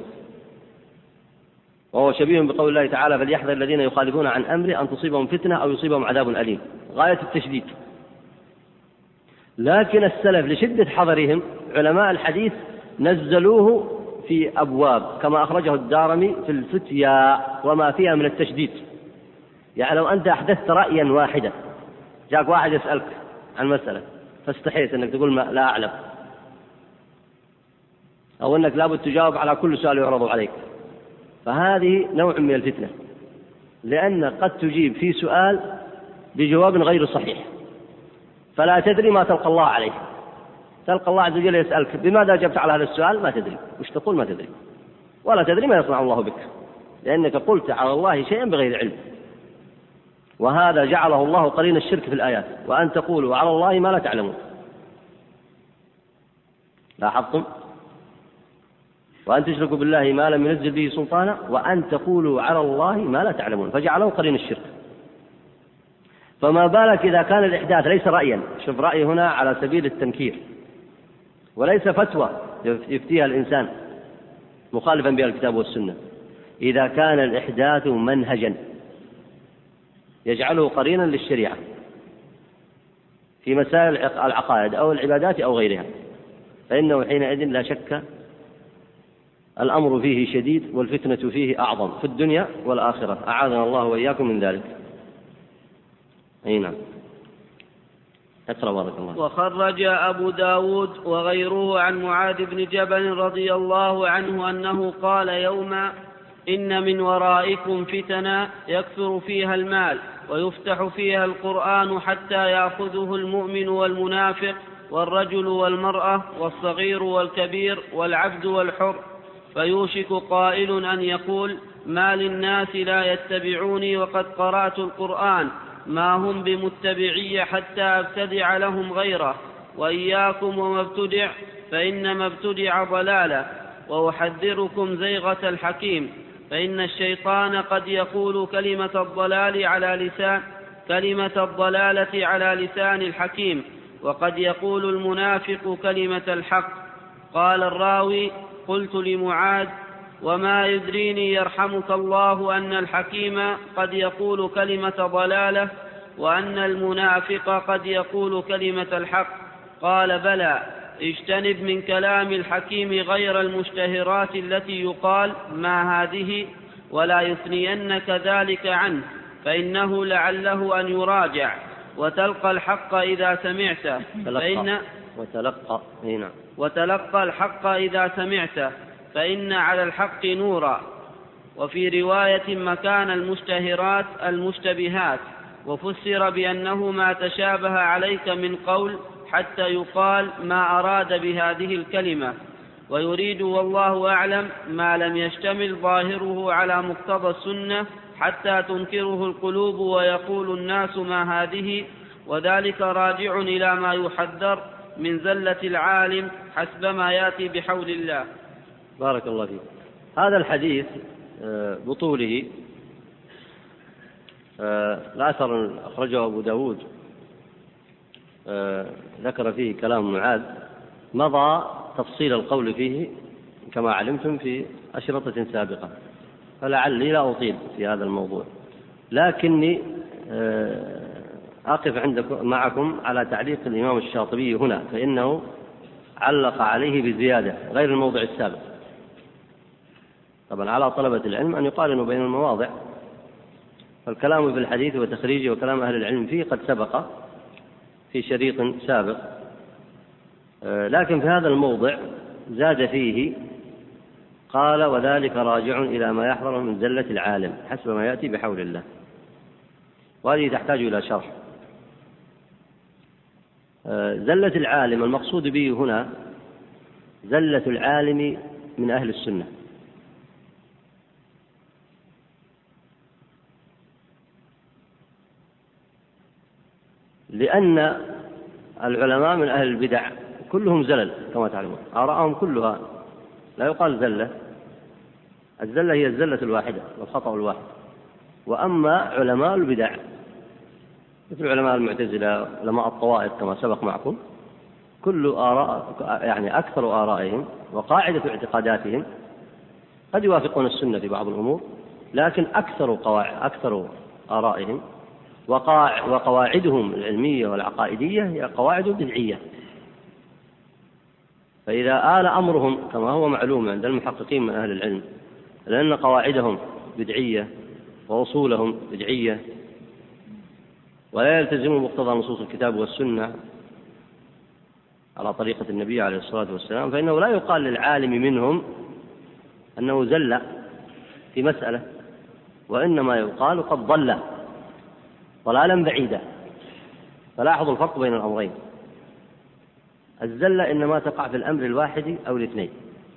وهو شبيه بقول الله تعالى: فليحذر الذين يخالفون عن أمره أن تصيبهم فتنة أو يصيبهم عذاب أليم، غاية التشديد. لكن السلف لشدة حذرهم علماء الحديث نزلوه في أبواب كما أخرجه الدارمي في الفتيا وما فيها من التشديد. يعني لو أنت أحدثت رأيا واحدا، جاءك واحد يسألك عن مسألة فاستحيت أنك تقول ما لا أعلم، أو أنك لابد تجاوب على كل سؤال يعرض عليك، فهذه نوع من الفتنة، لأن قد تجيب في سؤال بجواب غير صحيح فلا تدري ما تلقى الله عليه. تلقى الله عز وجل يسألك: بماذا أجبت على هذا السؤال؟ ما تدري وش تقول، ما تدري، ولا تدري ما يصنع الله بك، لأنك قلت على الله شيئا بغير علم. وهذا جعله الله قرين الشرك في الآيات: وأن تقولوا على الله ما لا تعلمون. لاحظتم؟ وأن تشركوا بالله ما لم ينزل به سلطانا وأن تقولوا على الله ما لا تعلمون، فجعله قرين الشرك. فما بالك إذا كان الإحداث ليس رأيا، شوف رأي هنا على سبيل التنكير وليس فتوى يفتيها الإنسان مخالفا بها الكتاب والسنة، إذا كان الإحداث منهجا يجعله قرينا للشريعة في مسائل العقائد أو العبادات أو غيرها، فإنه حينئذ لا شك الأمر فيه شديد والفتنة فيه أعظم في الدنيا والآخرة. أعاذنا الله وإياكم من ذلك. أي نعم. بارك الله. وخرج أبو داود وغيره عن معاذ بن جبل رضي الله عنه أنه قال يوما: إن من ورائكم فتنا يكثر فيها المال ويفتح فيها القرآن حتى يأخذه المؤمن والمنافق والرجل والمرأة والصغير والكبير والعبد والحر، فيوشك قائل أن يقول: ما للناس لا يتبعوني وقد قرأت القرآن، ما هم بمتبعي حتى أبتدع لهم غيره، وإياكم وما ابتدع فإنما ابتدع ضلالة، وأحذركم زيغة الحكيم، فإن الشيطان قد يقول كلمة الضلال على لسان كلمة الضلالة على لسان الحكيم، وقد يقول المنافق كلمة الحق. قال الراوي: قلت لمعاذ: وما يدريني يرحمك الله أن الحكيم قد يقول كلمة ضلالة وأن المنافق قد يقول كلمة الحق؟ قال: بلى، اجتنب من كلام الحكيم غير المشتهرات التي يقال ما هذه، ولا يثنينك ذلك عنه، فإنه لعله أن يراجع، وتلقى الحق إذا سمعته فإن وتلقى هنا وتلقى الحق إذا سمعته فإن على الحق نورا. وفي رواية: مكان المشتهرات المشتبهات، وفسر بأنه ما تشابه عليك من قول حتى يقال ما أراد بهذه الكلمة، ويريد والله أعلم ما لم يشتمل ظاهره على مقتضى السنة حتى تنكره القلوب ويقول الناس ما هذه، وذلك راجع إلى ما يحذر من زلة العالم حسب ما يأتي بحول الله. بارك الله فيك. هذا الحديث بطوله الأثر أخرجه أبو داود ذكر فيه كلام معاذ، مضى تفصيل القول فيه كما علمتم في أشرطة سابقة، فلعلي لا أطيل في هذا الموضوع، لكني أقف عندكم معكم على تعليق الإمام الشاطبي هنا، فإنه علق عليه بزيادة غير الموضع السابق. طبعا على طلبة العلم أن يقارنوا بين المواضع، فالكلام في الحديث وتخريجه وكلام أهل العلم فيه قد سبق في شريط سابق، لكن في هذا الموضع زاد فيه قال: وذلك راجع إلى ما يحضر من زلة العالم حسب ما يأتي بحول الله. وهذه تحتاج إلى شرح. زلة العالم المقصود به هنا زلة العالم من أهل السنة، لأن العلماء من أهل البدع كلهم زلل كما تعلمون، آراءهم كلها لا يقال زلة، الزلة هي الزلة الواحدة والخطأ الواحد. وأما علماء البدع مثل علماء المعتزلة، علماء الطوائف كما سبق معكم، كل آراء يعني أكثر آرائهم وقاعدة اعتقاداتهم قد يوافقون السنة في بعض الأمور، لكن أكثر قواعد أكثر آرائهم وقواعدهم العلمية والعقائدية هي قواعد بدعية. فإذا آل أمرهم كما هو معلوم عند المحققين من أهل العلم لأن قواعدهم بدعية وأصولهم بدعية ولا يلتزمون مقتضى نصوص الكتاب والسنة على طريقة النبي عليه الصلاة والسلام، فإنه لا يقال للعالم منهم أنه زل في مسألة، وإنما يقال قد ضل ضلالا بعيدا. فلاحظوا الفرق بين الأمرين، الزلة إنما تقع في الأمر الواحد أو الاثنين.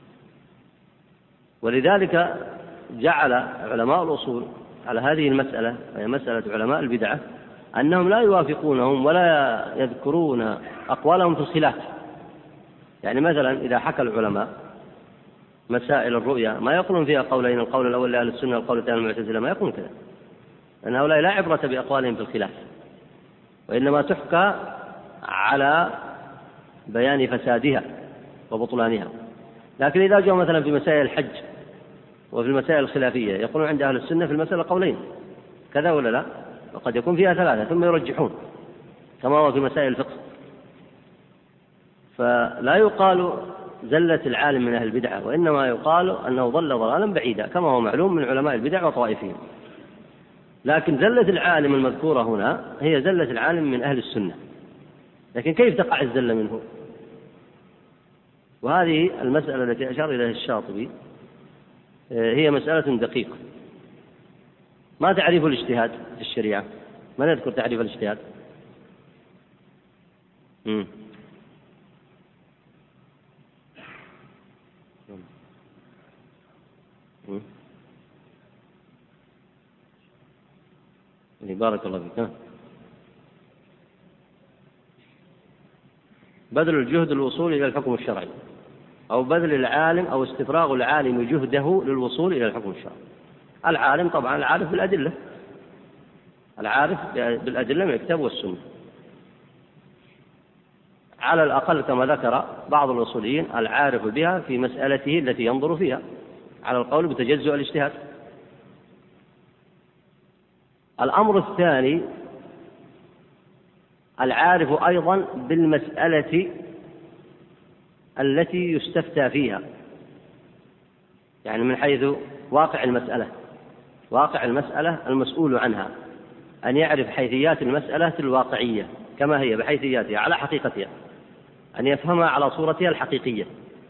ولذلك جعل علماء الأصول على هذه المسألة، وهي مسألة علماء البدعة، أنهم لا يوافقونهم ولا يذكرون أقوالهم في الخلاف. يعني مثلا إذا حكى العلماء مسائل الرؤيا ما يقولون فيها قولين، القول الأول لأهل السنة والقول الثاني للمعتزلة، ما يقولون كذا، لأن هؤلاء لا عبرة بأقوالهم في الخلاف، وإنما تحكى على بيان فسادها وبطلانها. لكن إذا جاءوا مثلا في مسائل الحج وفي المسائل الخلافية يقولون عند أهل السنة في المسألة قولين، كذا ولا لا، وقد يكون فيها ثلاثة ثم يرجحون كما هو في مسائل الفقه. فلا يقال زلة العالم من أهل البدعة، وإنما يقال أنه ضل ضلالا بعيدا كما هو معلوم من علماء البدع وطوائفهم. لكن زلة العالم المذكورة هنا هي زلة العالم من أهل السنة. لكن كيف تقع الزلة منه؟ وهذه المسألة التي أشار إليها الشاطبي هي مسألة دقيقة. ما تعريف الاجتهاد في الشريعة؟ من يذكر تعريف الاجتهاد؟ مم. مم. بارك الله فيك. بذل الجهد للوصول إلى الحكم الشرعي، أو بذل العالم أو استفراغ العالم جهده للوصول إلى الحكم الشرعي. العالم طبعا العارف بالأدلة، العارف بالأدلة من الكتاب والسنة على الأقل، كما ذكر بعض الأصوليين العارف بها في مسألته التي ينظر فيها على القول بتجزؤ الاجتهاد. الأمر الثاني العارف أيضا بالمسألة التي يستفتى فيها، يعني من حيث واقع المسألة، واقع المسألة المسؤول عنها، أن يعرف حيثيات المسألة الواقعية كما هي بحيثياتها على حقيقتها، أن يفهمها على صورتها الحقيقية.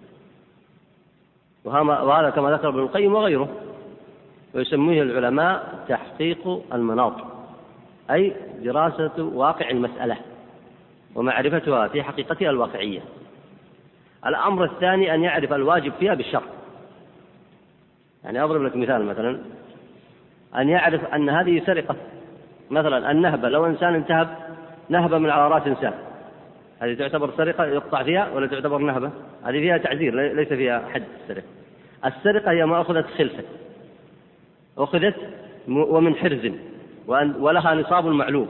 وهذا كما ذكر ابن القيم وغيره، ويسميه العلماء تحقيق المناط، أي دراسة واقع المسألة ومعرفتها في حقيقتها الواقعية. الأمر الثاني أن يعرف الواجب فيها بالشرع. يعني أضرب لك مثال، مثلا أن يعرف أن هذه سرقة، مثلا النهبة، لو إنسان انتهب نهبة من على رأس إنسان، هذه تعتبر سرقة يقطع فيها ولا تعتبر نهبة؟ هذه فيها تعزير ليس فيها حد السرقة. السرقة هي ما أخذت خلفة، أخذت ومن حرز، ولها نصاب معلوم،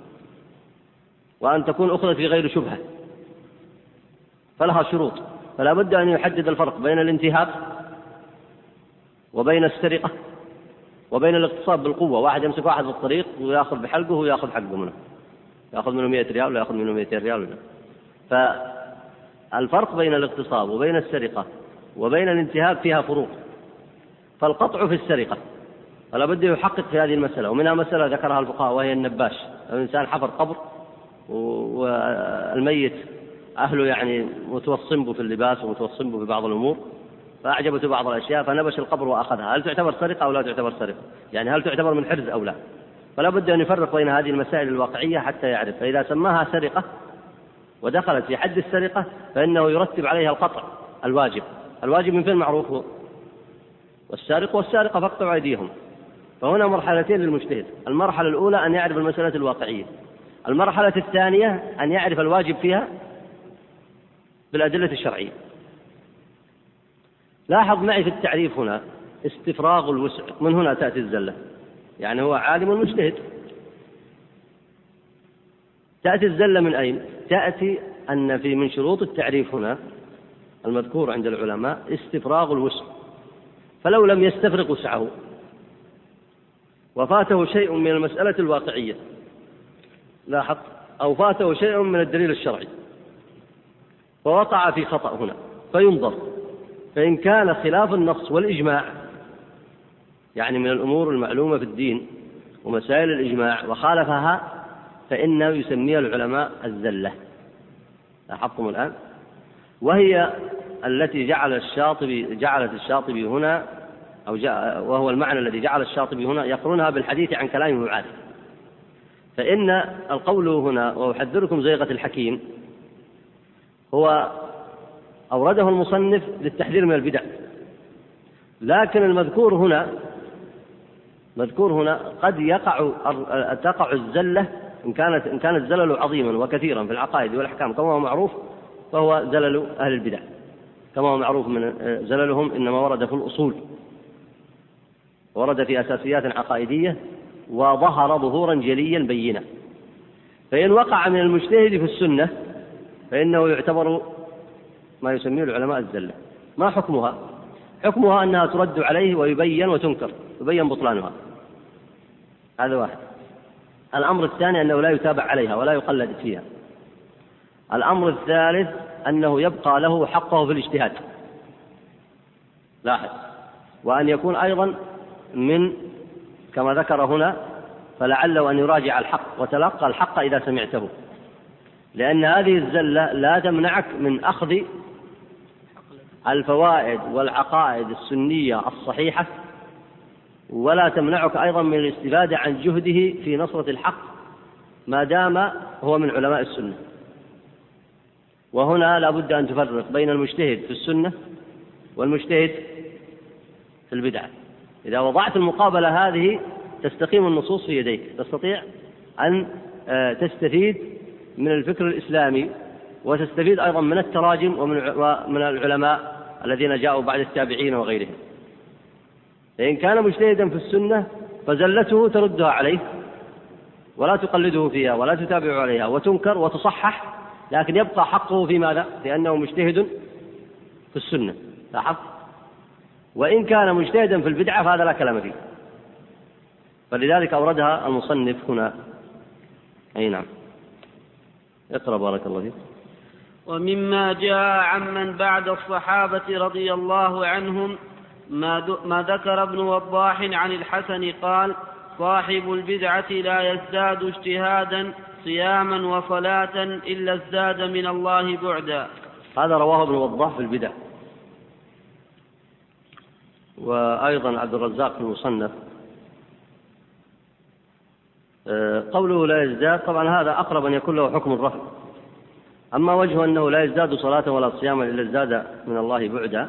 وأن تكون أخذت في غير شبهة، فلها شروط. فلا بد أن يحدد الفرق بين الانتهاب وبين السرقة وبين الاغتصاب بالقوة. واحد يمسك واحد في الطريق ويأخذ بحلقه ويأخذ حقه منه، يأخذ منه مئة ريال ولا يأخذ منه مئتين ريال. فالفرق بين الاغتصاب وبين السرقة وبين الانتهاب فيها فروق. فالقطع في السرقة فلا بد يحقق في هذه المسألة، ومنها مسألة ذكرها الفقهاء وهي النباش. الإنسان حفر قبر والميت أهله يعني متوصم به في اللباس ومتوصم به في بعض الأمور، فأعجبته بعض الأشياء فنبش القبر وأخذها، هل تعتبر سرقة أو لا تعتبر سرقة؟ يعني هل تعتبر من حرز أو لا؟ فلا بد أن يفرق بين هذه المسائل الواقعية حتى يعرف. فإذا سماها سرقة ودخلت في حد السرقة فإنه يرتب عليها القطع الواجب. الواجب من فين معروف؟ والسارق والسارقة فاقطعوا أيديهم. فهنا مرحلتين للمجتهد، المرحلة الأولى أن يعرف المسألة الواقعية، المرحلة الثانية أن يعرف الواجب فيها بالأدلة الشرعية. لاحظ معي في التعريف هنا استفراغ الوسع، من هنا تأتي الزلة، يعني هو عالم مجتهد. تأتي الزلة من أين؟ تأتي أن في من شروط التعريف هنا المذكور عند العلماء استفراغ الوسع، فلو لم يستفرغ وسعه وفاته شيء من المسألة الواقعية، لاحظ، أو فاته شيء من الدليل الشرعي فوقع في خطأ هنا، فينظر، فإن كان خلاف النص والإجماع، يعني من الأمور المعلومة في الدين ومسائل الإجماع وخالفها، فإنه يسميها العلماء الزلة. لاحظتم الآن؟ وهي التي جعل الشاطبي جعلت الشاطبي هنا، أو وهو المعنى الذي جعل الشاطبي هنا يقرنها بالحديث عن كلام معاذ. فإن القول هنا وأحذركم زيغة الحكيم هو أورده المصنف للتحذير من البدع، لكن المذكور هنا مذكور هنا قد يقع تقع الزلة إن كانت إن كان الزلل عظيما وكثيرا في العقائد والأحكام كما هو معروف، فهو زلل أهل البدع كما هو معروف من زللهم، إنما ورد في الأصول، ورد في أساسيات عقائدية وظهر ظهورا جليا بينا. فإن وقع من المجتهد في السنة فإنه يعتبر ما يسميه العلماء الزلة. ما حكمها؟ حكمها أنها ترد عليه ويبين وتنكر، يبين بطلانها، هذا واحد. الأمر الثاني أنه لا يتابع عليها ولا يقلد فيها. الأمر الثالث أنه يبقى له حقه في الاجتهاد، لاحظ، وأن يكون أيضا من كما ذكر هنا فلعله أن يراجع الحق وتلقى الحق إذا سمعته، لأن هذه الزلة لا تمنعك من أخذ الفوائد والعقائد السنية الصحيحة، ولا تمنعك أيضا من الاستفادة عن جهده في نصرة الحق ما دام هو من علماء السنة. وهنا لا بد أن تفرق بين المجتهد في السنة والمجتهد في البدعة. إذا وضعت المقابلة هذه تستقيم النصوص في يديك، تستطيع أن تستفيد من الفكر الإسلامي وتستفيد أيضا من التراجم ومن العلماء الذين جاءوا بعد التابعين وغيرهم. فإن كان مجتهدا في السنة فزلته تردها عليه ولا تقلده فيها ولا تتابع عليها وتنكر وتصحح، لكن يبقى حقه في ماذا؟ لأنه مجتهد في السنة، لاحظ. وإن كان مجتهدا في البدعة فهذا لا كلام فيه، فلذلك أوردها المصنف هنا. أي نعم، اقرأ بارك الله فيك. ومما جاء عمن بعد الصحابة رضي الله عنهم ما ذكر ابن وضاح عن الحسن قال: صاحب البدعة لا يزداد اجتهادا صياما وصلاة إلا ازداد من الله بعدا. هذا رواه ابن وضاح في البدع، وأيضا عبد الرزاق في المصنف. قوله لا يزداد طبعا هذا أقرب أن يكون له حكم الرفع. أما وجه أنه لا يزداد صلاة ولا صياما إلا ازداد من الله بعدا،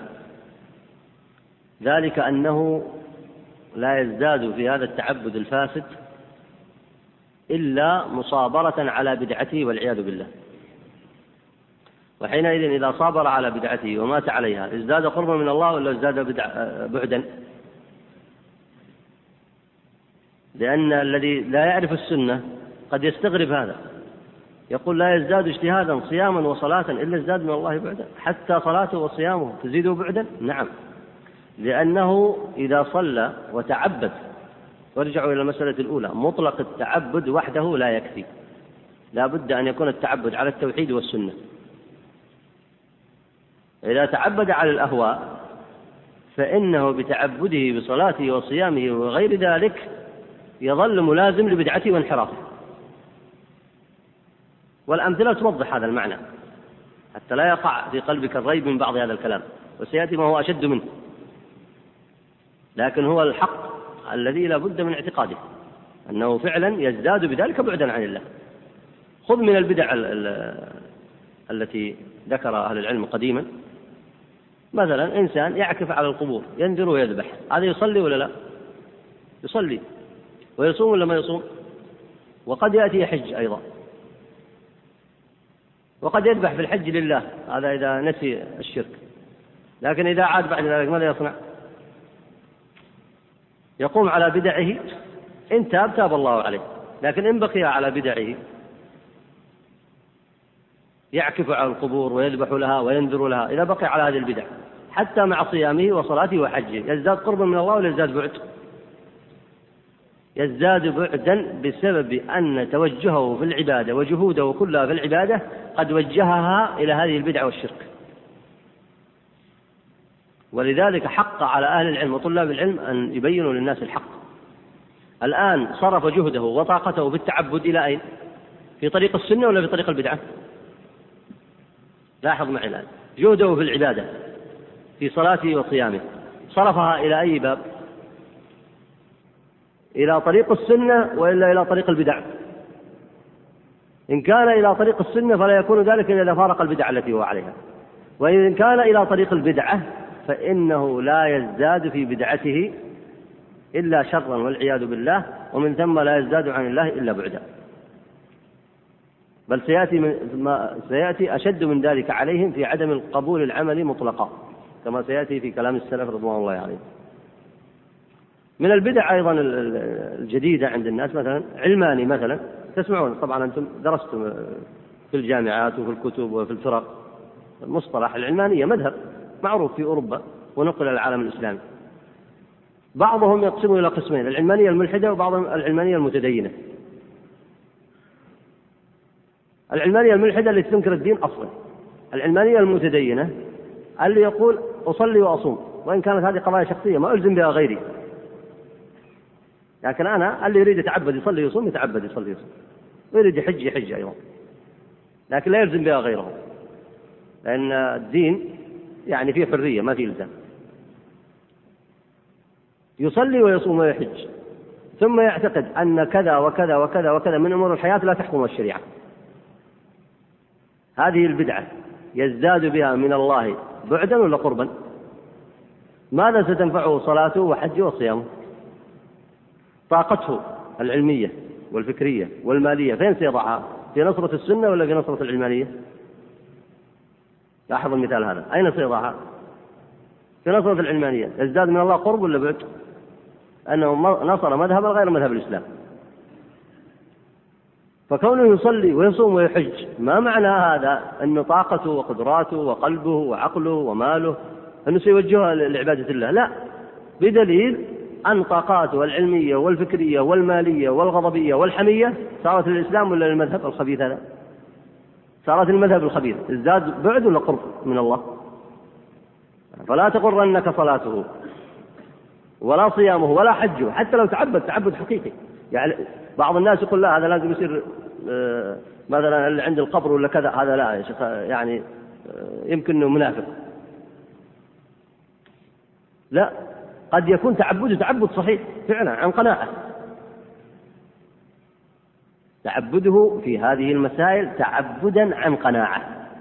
ذلك أنه لا يزداد في هذا التعبد الفاسد إلا مصابرة على بدعته والعياذ بالله. وحينئذ إذا صابر على بدعته ومات عليها ازداد قربا من الله ولا ازداد بعدا؟ لأن الذي لا يعرف السنة قد يستغرب هذا، يقول لا يزداد اجتهادا صياما وصلاة إلا ازداد من الله بعدا، حتى صلاته وصيامه تزيده بعدا؟ نعم، لأنه إذا صلى وتعبد، وارجعوا إلى المسألة الأولى، مطلق التعبد وحده لا يكفي، لا بد أن يكون التعبد على التوحيد والسنة. إذا تعبد على الأهواء فإنه بتعبده بصلاته وصيامه وغير ذلك يظل ملازم لبدعته وانحرافه. والأمثلة توضح هذا المعنى حتى لا يقع في قلبك الريب من بعض هذا الكلام، وسيأتي ما هو أشد منه، لكن هو الحق الذي لا بد من اعتقاده أنه فعلا يزداد بذلك بعدا عن الله. خذ من البدع التي ذكر أهل العلم قديما، مثلا إنسان يعكف على القبور ينذر ويذبح، هذا يصلي ولا لا؟ يصلي. ويصوم ولا ما يصوم؟ وقد يأتي يحج أيضا، وقد يذبح في الحج لله، هذا إذا نسي الشرك. لكن إذا عاد بعد ذلك ماذا يصنع؟ يقوم على بدعه، إن تاب تاب الله عليه، لكن إن بقي على بدعه يعكف على القبور ويذبح لها وينذر لها، إذا بقي على هذه البدع حتى مع صيامه وصلاته وحجه يزداد قربا من الله ولا يزداد بعد؟ يزداد بعدا بسبب أن توجهه في العبادة وجهوده كلها في العبادة قد وجهها إلى هذه البدع والشرك. ولذلك حق على أهل العلم وطلاب العلم أن يبينوا للناس الحق. الآن صرف جهده وطاقته في التعبد إلى أين؟ في طريق السنة ولا في طريق البدعة؟ لاحظ معي الآن، جهده في العبادة في صلاته وصيامه صرفها إلى أي باب؟ إلى طريق السنة وإلا إلى طريق البدع؟ إن كان إلى طريق السنة فلا يكون ذلك إلا إذا فارق البدع التي هو عليها، وإن كان إلى طريق البدعة فإنه لا يزداد في بدعته إلا شرا والعياذ بالله، ومن ثم لا يزداد عن الله إلا بعدا. بل سيأتي, من ما سيأتي أشد من ذلك عليهم في عدم القبول العملي مطلقا، كما سيأتي في كلام السلف رضوان الله عليهم. من البدع أيضا الجديدة عند الناس مثلا علماني مثلا، تسمعون طبعا أنتم درستم في الجامعات وفي الكتب وفي الفرق المصطلح العلمانية، مذهب معروف في أوروبا ونقل العالم الإسلامي. بعضهم يقسمه إلى قسمين، العلمانية الملحدة وبعضهم العلمانية المتدينة. العلمانية الملحدة اللي تنكر الدين أصلا، العلمانية المتدينة اللي يقول أصلي وأصوم وإن كانت هذه قضايا شخصية ما ألزم بها غيري، لكن أنا اللي يريد يتعبد يصلي يصوم يتعبد يصلي يصوم، ويريد يحج يحج أيضا، لكن لا يلزم بها غيره، لأن الدين يعني فيه حرية ما فيه إلزام. يصلي ويصوم ويحج ثم يعتقد أن كذا وكذا وكذا وكذا من أمور الحياة لا تحكم الشريعة، هذه البدعة يزداد بها من الله بعدا ولا قربا؟ ماذا ستنفعه صلاته وحجه وصيامه؟ طاقته العلمية والفكرية والمالية فين سيضعها؟ في نصرة السنة ولا في نصرة العلمانية؟ لاحظ المثال هذا، أين سيضعها؟ في نصرة العلمانية. يزداد من الله قرب ولا بعد؟ أنه نصر مذهبا غير مذهب الإسلام. فكونه يصلي ويصوم ويحج ما معنى هذا أن طاقته وقدراته وقلبه وعقله وماله أنه سيوجهها لعبادة الله؟ لا، بدليل أن طاقاته العلمية والفكرية والمالية والغضبية والحمية صارت للإسلام ولا للمذهب الخبيث هذا؟ صارت المذهب الخبيث. ازداد بعد ولا قرب من الله؟ فلا تغرنك صلاته ولا صيامه ولا حجه، حتى لو تعبد تعبد حقيقي. يعني بعض الناس يقول لا هذا لازم يصير مثلا اللي عند القبر ولا كذا، هذا لا يا شيخ، يعني يمكن انه منافق. لا، قد يكون تعبده تعبد صحيح فعلا عن قناعة، تعبده في هذه المسائل تعبدا عن قناعة،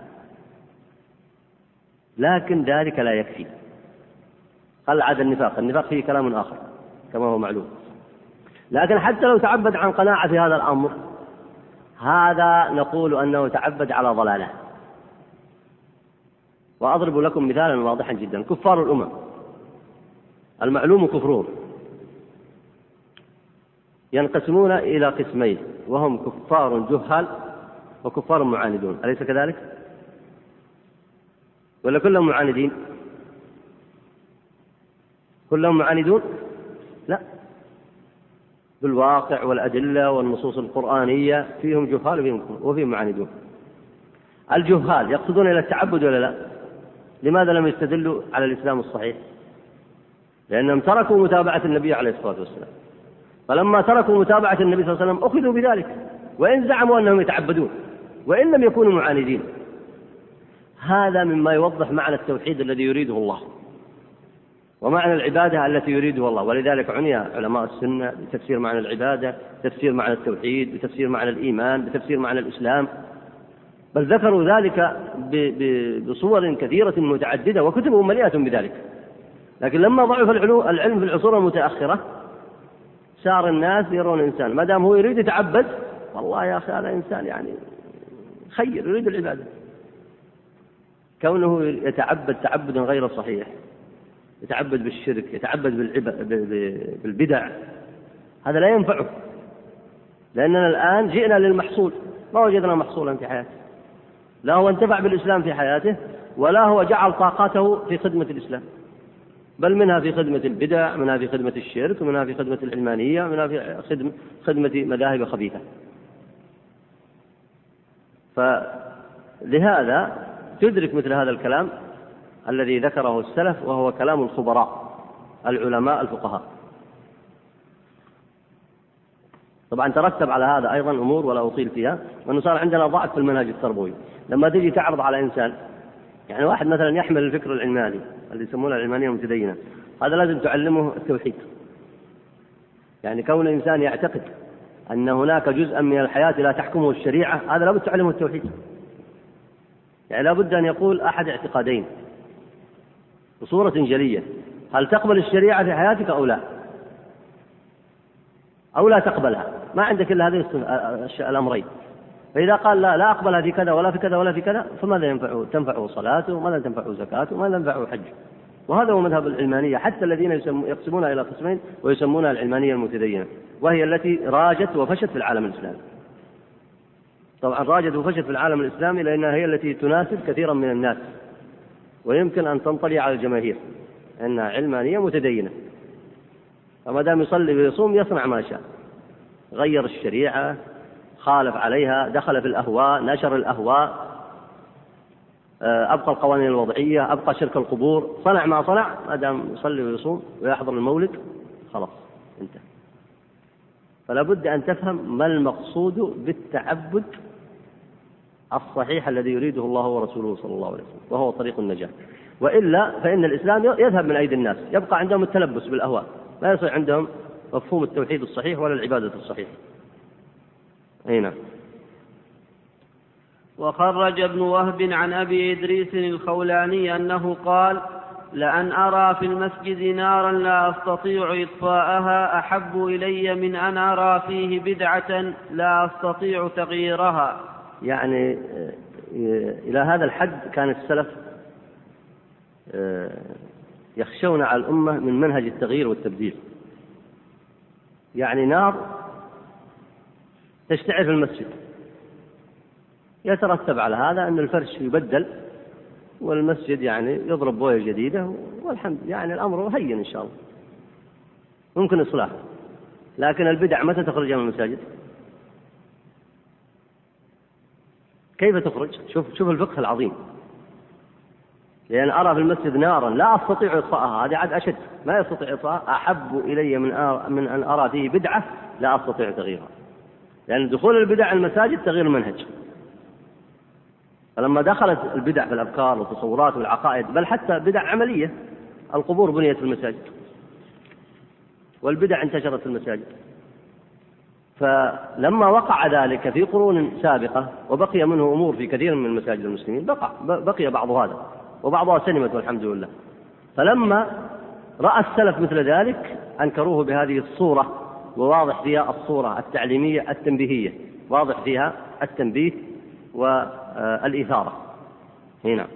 لكن ذلك لا يكفي. قال عاد النفاق، النفاق فيه كلام آخر كما هو معلوم، لكن حتى لو تعبد عن قناعة في هذا الأمر، هذا نقول أنه تعبد على ضلالة. وأضرب لكم مثالا واضحا جدا، كفار الأمم المعلوم كفرهم ينقسمون إلى قسمين، وهم كفار جهال وكفار معاندون، أليس كذلك؟ ولا كلهم معاندين؟ كلهم معاندون؟ لا، بالواقع والأدلة والنصوص القرآنية فيهم جهال وفيهم معاندون. الجهال يقصدون إلى التعبد ولا لا؟ لماذا لم يستدلوا على الإسلام الصحيح؟ لأنهم تركوا متابعة النبي عليه الصلاة والسلام، فلما تركوا متابعة النبي صلى الله عليه وسلم أخذوا بذلك، وإن زعموا أنهم يتعبدون وإن لم يكونوا معاندين. هذا مما يوضح معنى التوحيد الذي يريده الله ومعنى العبادة التي يريده الله. ولذلك عني علماء السنة بتفسير معنى العبادة، تفسير معنى التوحيد، بتفسير معنى الإيمان، بتفسير معنى الإسلام، بل ذكروا ذلك بصور كثيرة متعددة وكتبهم مليئة بذلك. لكن لما ضعف العلم في العصور المتأخرة صار الناس يرون الإنسان ما دام هو يريد يتعبد، والله يا أخي هذا إنسان يعني خير يريد العبادة، كونه يتعبد تعبدا غير صحيح يتعبد بالشرك، يتعبد بالبدع، هذا لا ينفعه، لأننا الآن جئنا للمحصول، ما وجدنا محصولا في حياته، لا هو انتفع بالإسلام في حياته ولا هو جعل طاقته في خدمة الإسلام، بل منها في خدمة البدع، منها في خدمة الشرك، منها في خدمة العلمانية، منها في خدمة, خدمة مذاهب خبيثة. فلهذا تدرك مثل هذا الكلام الذي ذكره السلف، وهو كلام الخبراء العلماء الفقهاء. طبعا ترتب على هذا أيضا أمور ولا أطيل فيها، وأنه صار عندنا ضعف في المنهج التربوي. لما تجي تعرض على إنسان، يعني واحد مثلا يحمل الفكر العلماني اللي يسمونه العلمانية المتدينة، هذا لازم تعلمه التوحيد. يعني كون إنسان يعتقد أن هناك جزءا من الحياة لا تحكمه الشريعة، هذا لابد تعلمه التوحيد. يعني لابد أن يقول أحد اعتقادين بصورة جلية: هل تقبل الشريعة في حياتك أو لا، أو لا تقبلها، ما عندك إلا هذه الأمرين. فإذا قال لا لا أقبلها في كذا ولا في كذا ولا في كذا، فماذا ينفعه؟ تنفعه صلاته، ماذا تنفعه زكاته، ماذا تنفعه حجه. وهذا هو مذهب العلمانية، حتى الذين يقسمونها إلى قسمين ويسمونها العلمانية المتدينة، وهي التي راجت وفشت في العالم الإسلامي. طبعا راجت وفشت في العالم الإسلامي لأنها هي التي تناسب كثيرا من الناس، ويمكن أن تنطلي على الجماهير أنها علمانية متدينة. فما دام يصلي ويصوم يصنع ما شاء، غير الشريعة، خالف عليها، دخل في الأهواء، نشر الأهواء، أبقى القوانين الوضعية، أبقى شرك القبور، صنع ما صنع، ما دام يصلي ويصوم ويحضر المولد خلاص انتهى. فلا بد أن تفهم ما المقصود بالتعبد الصحيح الذي يريده الله ورسوله صلى الله عليه وسلم، وهو طريق النجاة. وإلا فإن الإسلام يذهب من أيدي الناس، يبقى عندهم التلبس بالأهواء، لا يصير عندهم مفهوم التوحيد الصحيح ولا العبادة الصحيحة. هنا وخرج ابن وهب عن أبي إدريس الخولاني أنه قال: لأن أرى في المسجد نارا لا أستطيع إطفاءها أحب إلي من أن أرى فيه بدعة لا أستطيع تغييرها. يعني إلى هذا الحد كان السلف يخشون على الأمة من منهج التغيير والتبديل. يعني نار تشتعل في المسجد، يترتب على هذا أن الفرش يبدل والمسجد يعني يضرب بوية جديدة، والحمد يعني الأمر هين إن شاء الله، ممكن إصلاح. لكن البدع متى تخرج من المساجد؟ كيف تخرج؟ شوف شوف الفقه العظيم. لأن أرى في المسجد نارا لا أستطيع إطفاءها، هذه عاد أشد، ما يستطيع إطفاءها، أحب إلي من من أن أرى فيه بدعة لا أستطيع تغييرها. لأن دخول البدع المساجد تغيير المنهج. فلما دخلت البدع في الأفكار والتصورات والعقائد، بل حتى بدع عملية، القبور بنيت في المساجد والبدع انتشرت في المساجد. فلما وقع ذلك في قرون سابقة وبقي منه أمور في كثير من المساجد المسلمين، بقى, بقي بعض هذا وبعضها سلمت والحمد لله. فلما رأى السلف مثل ذلك أنكروه بهذه الصورة، وواضح فيها الصورة التعليمية التنبيهية، واضح فيها التنبيه والإثارة. هنا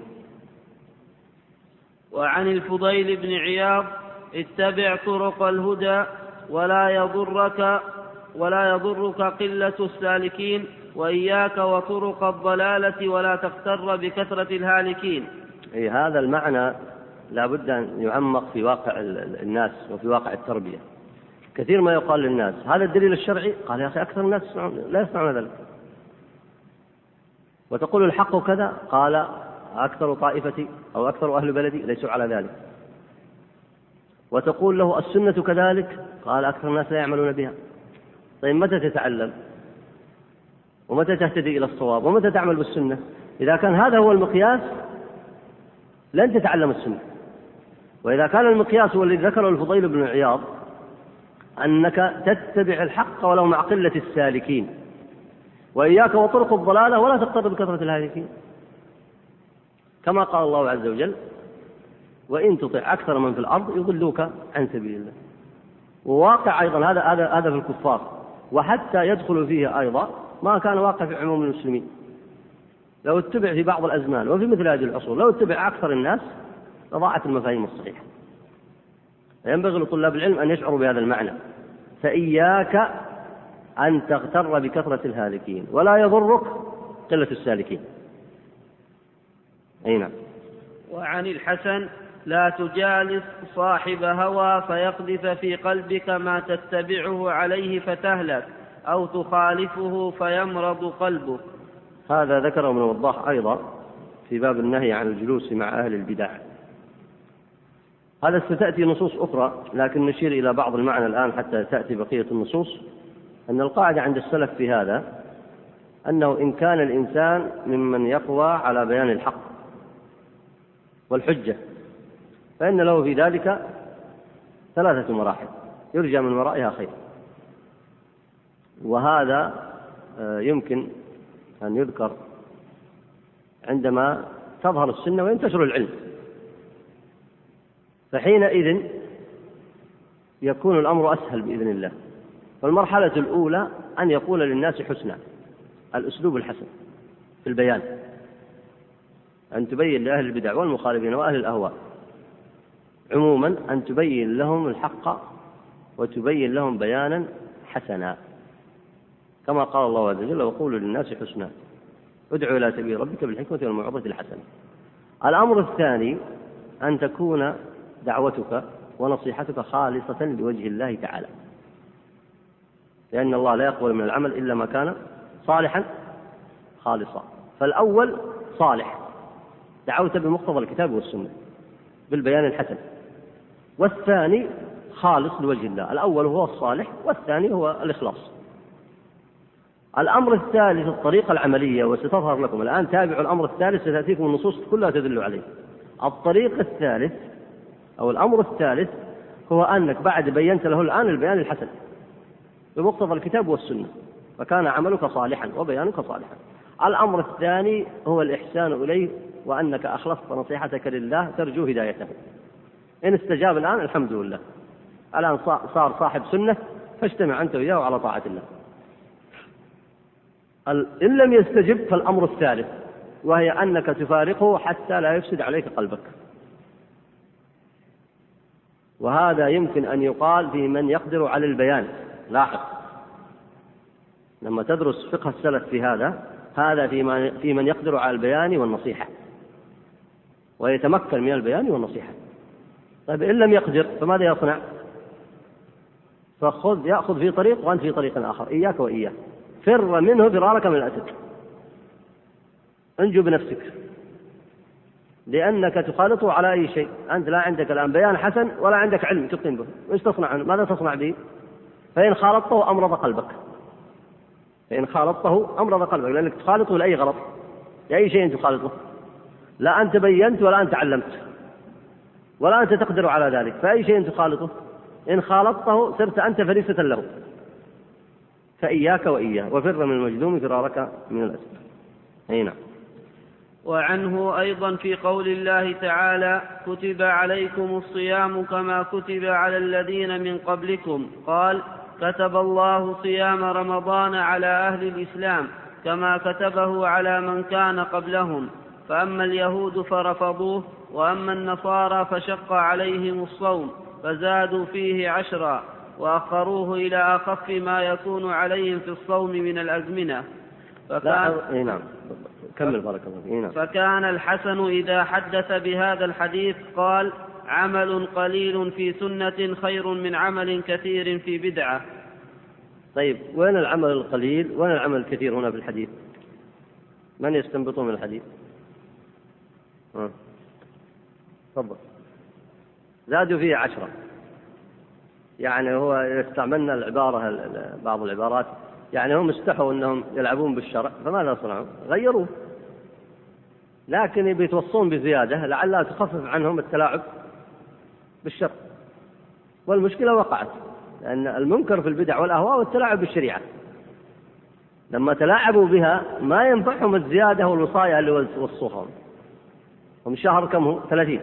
وعن الفضيل بن عياض: اتبع طرق الهدى ولا يضرك ولا يضرك قلة السالكين، وإياك وطرق الضلالة ولا تغتر بكثرة الهالكين. أي هذا المعنى لا بد أن يعمق في واقع الناس وفي واقع التربية. كثير ما يقال للناس هذا الدليل الشرعي، قال يا أخي أكثر الناس لا يسمعون ذلك. وتقول الحق كذا، قال أكثر طائفتي أو أكثر أهل بلدي ليسوا على ذلك. وتقول له السنة كذلك، قال أكثر الناس لا يعملون بها. طيب متى تتعلم ومتى تهتدي إلى الصواب ومتى تعمل بالسنة؟ إذا كان هذا هو المقياس لن تتعلم السنة. وإذا كان المقياس هو الذي ذكره الفضيل بن عياض، أنك تتبع الحق ولو مع قلة السالكين، وإياك وطرق الضلالة ولا تقتر بكثرة الهالكين، كما قال الله عز وجل: وإن تطع أكثر من في الأرض يضلوك عن سبيل الله. وواقع أيضا هذا هذا هذا في الكفار، وحتى يدخل فيه أيضا ما كان واقع في عموم المسلمين. لو اتبع في بعض الأزمان وفي مثل هذه العصور، لو اتبع أكثر الناس لضاعت المفاهيم الصحيحة. فينبغي لطلاب العلم أن يشعروا بهذا المعنى. فإياك أن تغتر بكثرة الهالكين، ولا يضرك قلة السالكين. أي نعم. وعن الحسن: لا تجالس صاحب هوى فيقذف في قلبك ما تتبعه عليه فتهلك، أو تخالفه فيمرض قلبك. هذا ذكره ابن وضاح أيضا في باب النهي عن الجلوس مع أهل البدع. هذا ستأتي نصوص أخرى، لكن نشير إلى بعض المعنى الآن حتى تأتي بقية النصوص. أن القاعدة عند السلف في هذا أنه إن كان الإنسان ممن يقوى على بيان الحق والحجة فإن له في ذلك ثلاثة مراحل يرجى من ورائها خير. وهذا يمكن أن يذكر عندما تظهر السنة وينتشر العلم، فحينئذ يكون الأمر أسهل بإذن الله. فالمرحلة الأولى أن يقول للناس حسنا، الأسلوب الحسن في البيان، أن تبين لأهل البدع والمخالفين وأهل الأهواء عموما أن تبين لهم الحق وتبين لهم بيانا حسنا، كما قال الله عز وجل: وقولوا للناس حسنا ادعوا إلى سبيل ربك بالحكمة والموعظة الحسنة. الأمر الثاني أن تكون دعوتك ونصيحتك خالصة لوجه الله تعالى، لأن الله لا يقبل من العمل إلا ما كان صالحا خالصا. فالأول صالح، دعوت بمقتضى الكتاب والسنة بالبيان الحسن، والثاني خالص لوجه الله. الأول هو الصالح والثاني هو الإخلاص. الأمر الثالث الطريقة العملية، وستظهر لكم الآن، تابعوا الأمر الثالث ستأتيكم النصوص كلها تدل عليه. الطريق الثالث أو الأمر الثالث هو أنك بعد بينت له الآن البيان الحسن بمقتضى الكتاب والسنة فكان عملك صالحا وبيانك صالحا. الأمر الثاني هو الإحسان إليه، وأنك أخلصت نصيحتك لله ترجو هدايته. إن استجاب الآن الحمد لله، الآن صار صاحب سنة، فاجتمع أنت وياه على طاعة الله. إن لم يستجب فالأمر الثالث، وهي أنك تفارقه حتى لا يفسد عليك قلبك. وهذا يمكن أن يقال في من يقدر على البيان. لاحظ لما تدرس فقه السلف في هذا، هذا في من يقدر على البيان والنصيحة ويتمكن من البيان والنصيحة. طيب إن لم يقدر فماذا يصنع؟ فخذ يأخذ في طريق وأنت في طريق آخر. إياك وإياه، فر منه فرارك من الأسد، انجو بنفسك، لأنك تخالطه على أي شيء. أنت لا عندك الآن بيان حسن ولا عندك علم تقيم به، إيش تصنع؟ ماذا تصنع به؟ فإن خالطته أمرض قلبك، فإن خالطته أمرض قلبك، لأنك تخالطه لأي غلط، لأي شيء تخالطه. لا أنت بينت ولا أنت علمت ولا أنت تقدر على ذلك، فأي شيء تخالطه. إن خالطته صرت أنت فريسة له. فإياك وإياه، وفر من المجذوم فرارك من الأسد. أي نعم. وعنه أيضا في قول الله تعالى: كتب عليكم الصيام كما كتب على الذين من قبلكم، قال: كتب الله صيام رمضان على أهل الإسلام كما كتبه على من كان قبلهم، فأما اليهود فرفضوه، وأما النصارى فشق عليهم الصوم فزادوا فيه عشرا، وأخروه إلى أخف ما يكون عليهم في الصوم من الأزمنة. فكان, نعم. كمل بارك الله. نعم. فكان الحسن إذا حدث بهذا الحديث قال: عمل قليل في سنة خير من عمل كثير في بدعة. طيب، وين العمل القليل وين العمل الكثير هنا في الحديث؟ من يستنبطون من الحديث؟ ها تفضل. زادوا فيه عشرة، يعني هو استعملنا العبارة بعض العبارات، يعني هم استحوا أنهم يلعبون بالشرع، فماذا صنعوا؟ غيروه، لكن بيتوصون بزيادة لعلها تخفف عنهم التلاعب بالشرع. والمشكلة وقعت، لأن المنكر في البدع والأهواء والتلاعب بالشريعة، لما تلاعبوا بها ما ينفعهم الزيادة والوصايا اللي وصوهم. هم شهر كم هو؟ ثلاثين،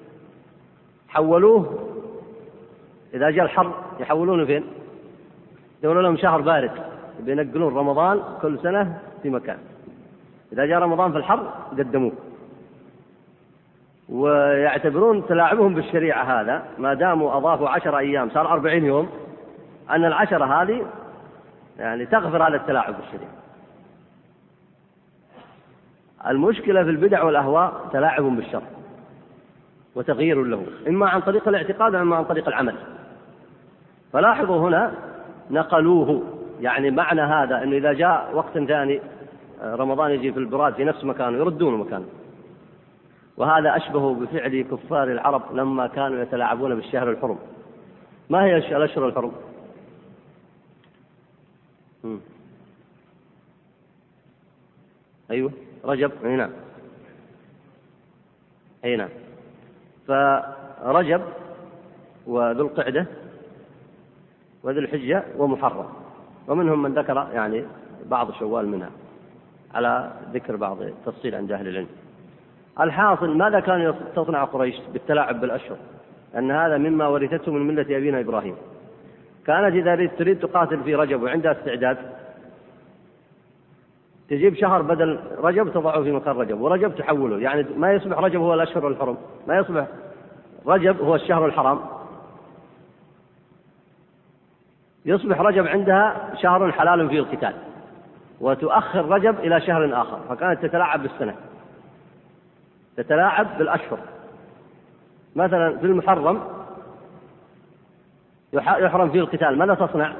حولوه إذا جاء الحر يحولونه فين؟ يقولون لهم شهر بارد، بينقلون رمضان كل سنة في مكان، إذا جاء رمضان في الحر قدموه. ويعتبرون تلاعبهم بالشريعة هذا ما داموا أضافوا عشر أيام صار أربعين يوم، أن العشرة هذه يعني تغفر هذا التلاعب بالشريعة. المشكلة في البدع والأهواء تلاعب بالشرع وتغيير له، إما عن طريق الاعتقاد وإما عن طريق العمل. فلاحظوا هنا نقلوه، يعني معنى هذا أنه إذا جاء وقت ثاني رمضان يجي في البراد في نفس مكانه يردونه مكانه. وهذا أشبه بفعل كفار العرب لما كانوا يتلاعبون بالشهر الحرم. ما هي الأشهر الحرم؟ م. أيوه رجب، أي نعم، أي نعم. فرجب وذو القعدة وذو الحجة ومحرم، ومنهم من ذكر يعني بعض شوال منها على ذكر بعض التفصيل عند أهل العلم. الحاصل ماذا كان تصنع قريش بالتلاعب بالأشهر؟ أن هذا مما ورثته من ملة أبينا إبراهيم. كانت إذا تريد تقاتل في رجب وعندها استعداد تجيب شهر بدل رجب تضعه في مكان رجب، ورجب تحوله، يعني ما يصبح رجب هو الأشهر الحرم، ما يصبح رجب هو الشهر الحرام، يصبح رجب عندها شهر حلال فيه القتال، وتؤخر رجب إلى شهر آخر. فكانت تتلاعب بالسنة، تتلاعب بالأشهر. مثلا في المحرم يحرم فيه القتال، ماذا تصنع؟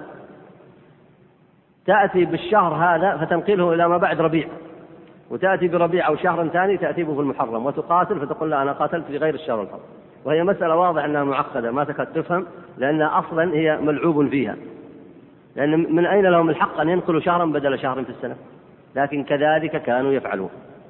تأتي بالشهر هذا فتنقله إلى ما بعد ربيع، وتأتي بربيع أو شهر ثاني تأتيه في المحرم وتقاتل، فتقول لا أنا قاتلت في غير الشهر الحرام. وهي مسألة واضح أنها معقدة ما تكاد تفهم، لأنها أصلا هي ملعوب فيها، لأن من أين لهم الحق أن ينقلوا شهرا بدل شهر في السنة؟ لكن كذلك كانوا يفعلون.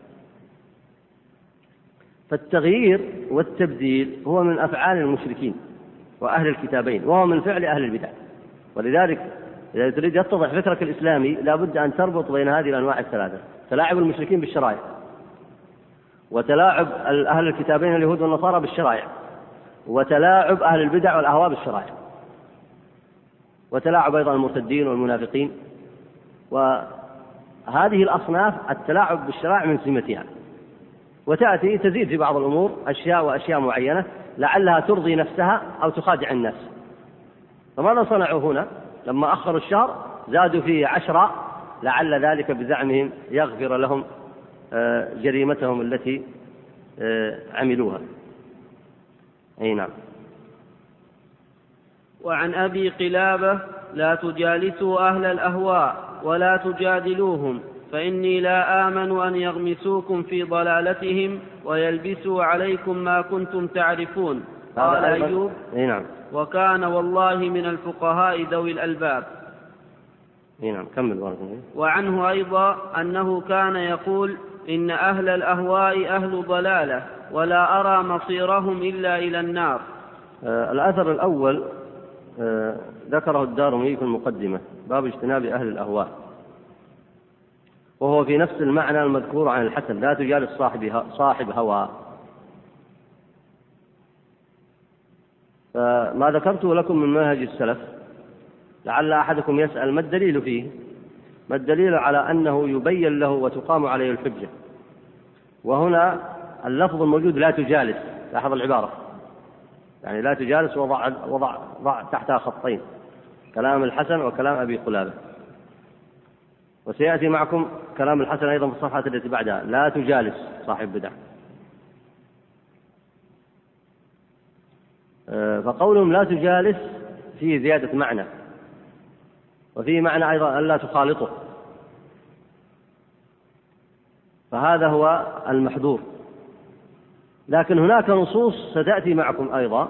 فالتغيير والتبديل هو من أفعال المشركين وأهل الكتابين، وهو من فعل أهل البدع. ولذلك إذا تريد يتضح فكرك الإسلامي لابد أن تربط بين هذه الأنواع الثلاثة: تلاعب المشركين بالشرائع، وتلاعب أهل الكتابين اليهود والنصارى بالشرائع، وتلاعب أهل البدع والأهواء بالشرائع، وتلاعب أيضا المرتدين والمنافقين. وهذه الأصناف التلاعب بالشرائع من سمتها، وتأتي تزيد في بعض الأمور أشياء وأشياء معينة لعلها ترضي نفسها أو تخادع الناس. فماذا صنعوا هنا؟ لما أخروا الشهر زادوا فيه عشرة، لعل ذلك بزعمهم يغفر لهم جريمتهم التي عملوها. أي نعم. وعن أبي قلابة: لا تجالسوا أهل الأهواء ولا تجادلوهم، فإني لا آمن أن يغمسوكم في ضلالتهم ويلبسوا عليكم ما كنتم تعرفون. قال أيوب: نعم. وكان والله من الفقهاء ذوي الألباب. نعم. كمل. وعنه أيضا أنه كان يقول: إن أهل الأهواء أهل ضلالة ولا أرى مصيرهم إلا إلى النار. آه الأثر الأول آه ذكره الدارمي في المقدمة، باب اجتناب أهل الأهواء، وهو في نفس المعنى المذكور عن الحسن: لا تجالس صاحب صاحب هوى. فما ذكرته لكم من منهج السلف لعل أحدكم يسأل: ما الدليل فيه؟ ما الدليل على أنه يبين له وتقام عليه الحجة؟ وهنا اللفظ الموجود لا تجالس، لاحظ العبارة، يعني لا تجالس وضع, وضع, وضع تحتها خطين: كلام الحسن وكلام أبي قلابة. وسيأتي معكم كلام الحسن أيضا في الصفحة التي بعدها: لا تجالس صاحب بدع. فقولهم لا تجالس فيه زيادة معنى، وفيه معنى أيضا ألا تخالطه، فهذا هو المحذور. لكن هناك نصوص ستأتي معكم أيضا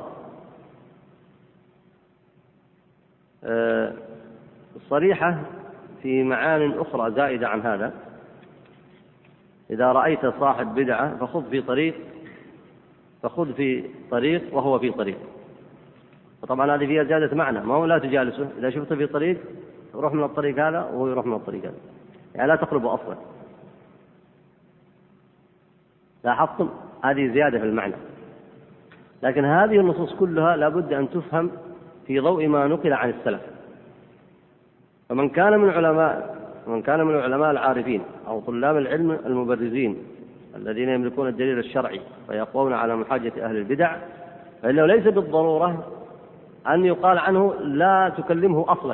صريحة في معان أخرى زائدة عن هذا: إذا رأيت صاحب بدعة فخذ في طريق فخذ في طريق وهو في طريق. وطبعا هذه فيها زيادة معنى، ما هو لا تجالسه، إذا شفت في طريق روح من الطريق هذا وهو يروح من الطريق هذا، يعني لا تقربه أصلا. لاحظتم؟ هذه زيادة في المعنى. لكن هذه النصوص كلها لابد أن تفهم في ضوء ما نقل عن السلف. فمن كان من علماء من كان من العلماء العارفين أو طلاب العلم المبرزين الذين يملكون الدليل الشرعي فيقوون على محاجة أهل البدع، فإنه ليس بالضرورة أن يقال عنه لا تكلمه أصلا،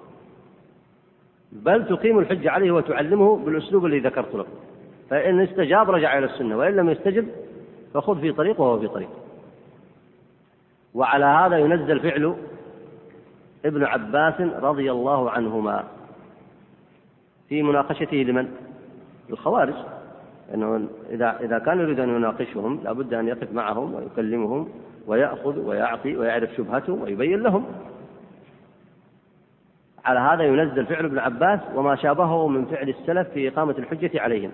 بل تقيم الحجة عليه وتعلمه بالأسلوب الذي ذكرت لكم، فإن استجاب رجع إلى السنة، وإن لم يستجب فخذ في طريق وهو في طريق. وعلى هذا ينزل فعل ابن عباس رضي الله عنهما في مناقشته لمن؟ الخوارج، لأنه إذا إذا كان يريد أن يناقشهم لابد أن يقف معهم ويكلمهم ويأخذ ويعطي ويعرف شبهتهم ويبين لهم. على هذا ينزل فعل ابن عباس وما شابهه من فعل السلف في إقامة الحجة عليهم.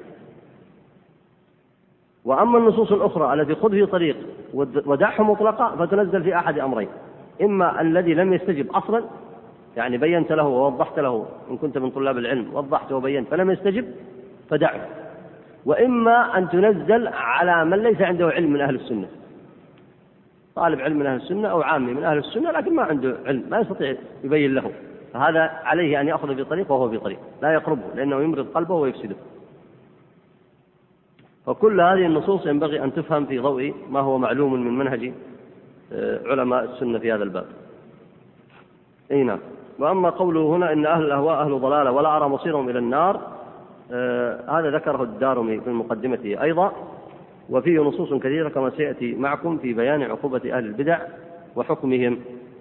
وأما النصوص الأخرى التي خذ في طريق ودعه مطلقا فتنزل في أحد أمرين: إما الذي لم يستجب أصلا، يعني بينت له ووضحت له، إن كنت من طلاب العلم وضحت وبينت فلم يستجب فدعه، وإما أن تنزل على من ليس عنده علم من أهل السنة، طالب علم من أهل السنة أو عامي من أهل السنة لكن ما عنده علم ما يستطيع يبين له، فهذا عليه أن يأخذ في طريق وهو في طريق لا يقربه لأنه يمرض قلبه ويفسده. فكل هذه النصوص ينبغي أن تفهم في ضوء ما هو معلوم من منهج علماء السنة في هذا الباب. أي نعم. وأما قوله هنا إن أهل الأهواء أهل ضلالة ولا أرى مصيرهم إلى النار، آه هذا ذكره الدارمي في مقدمته أيضا، وفيه نصوص كثيرة كما سيأتي معكم في بيان عقوبة أهل البدع وحكمهم.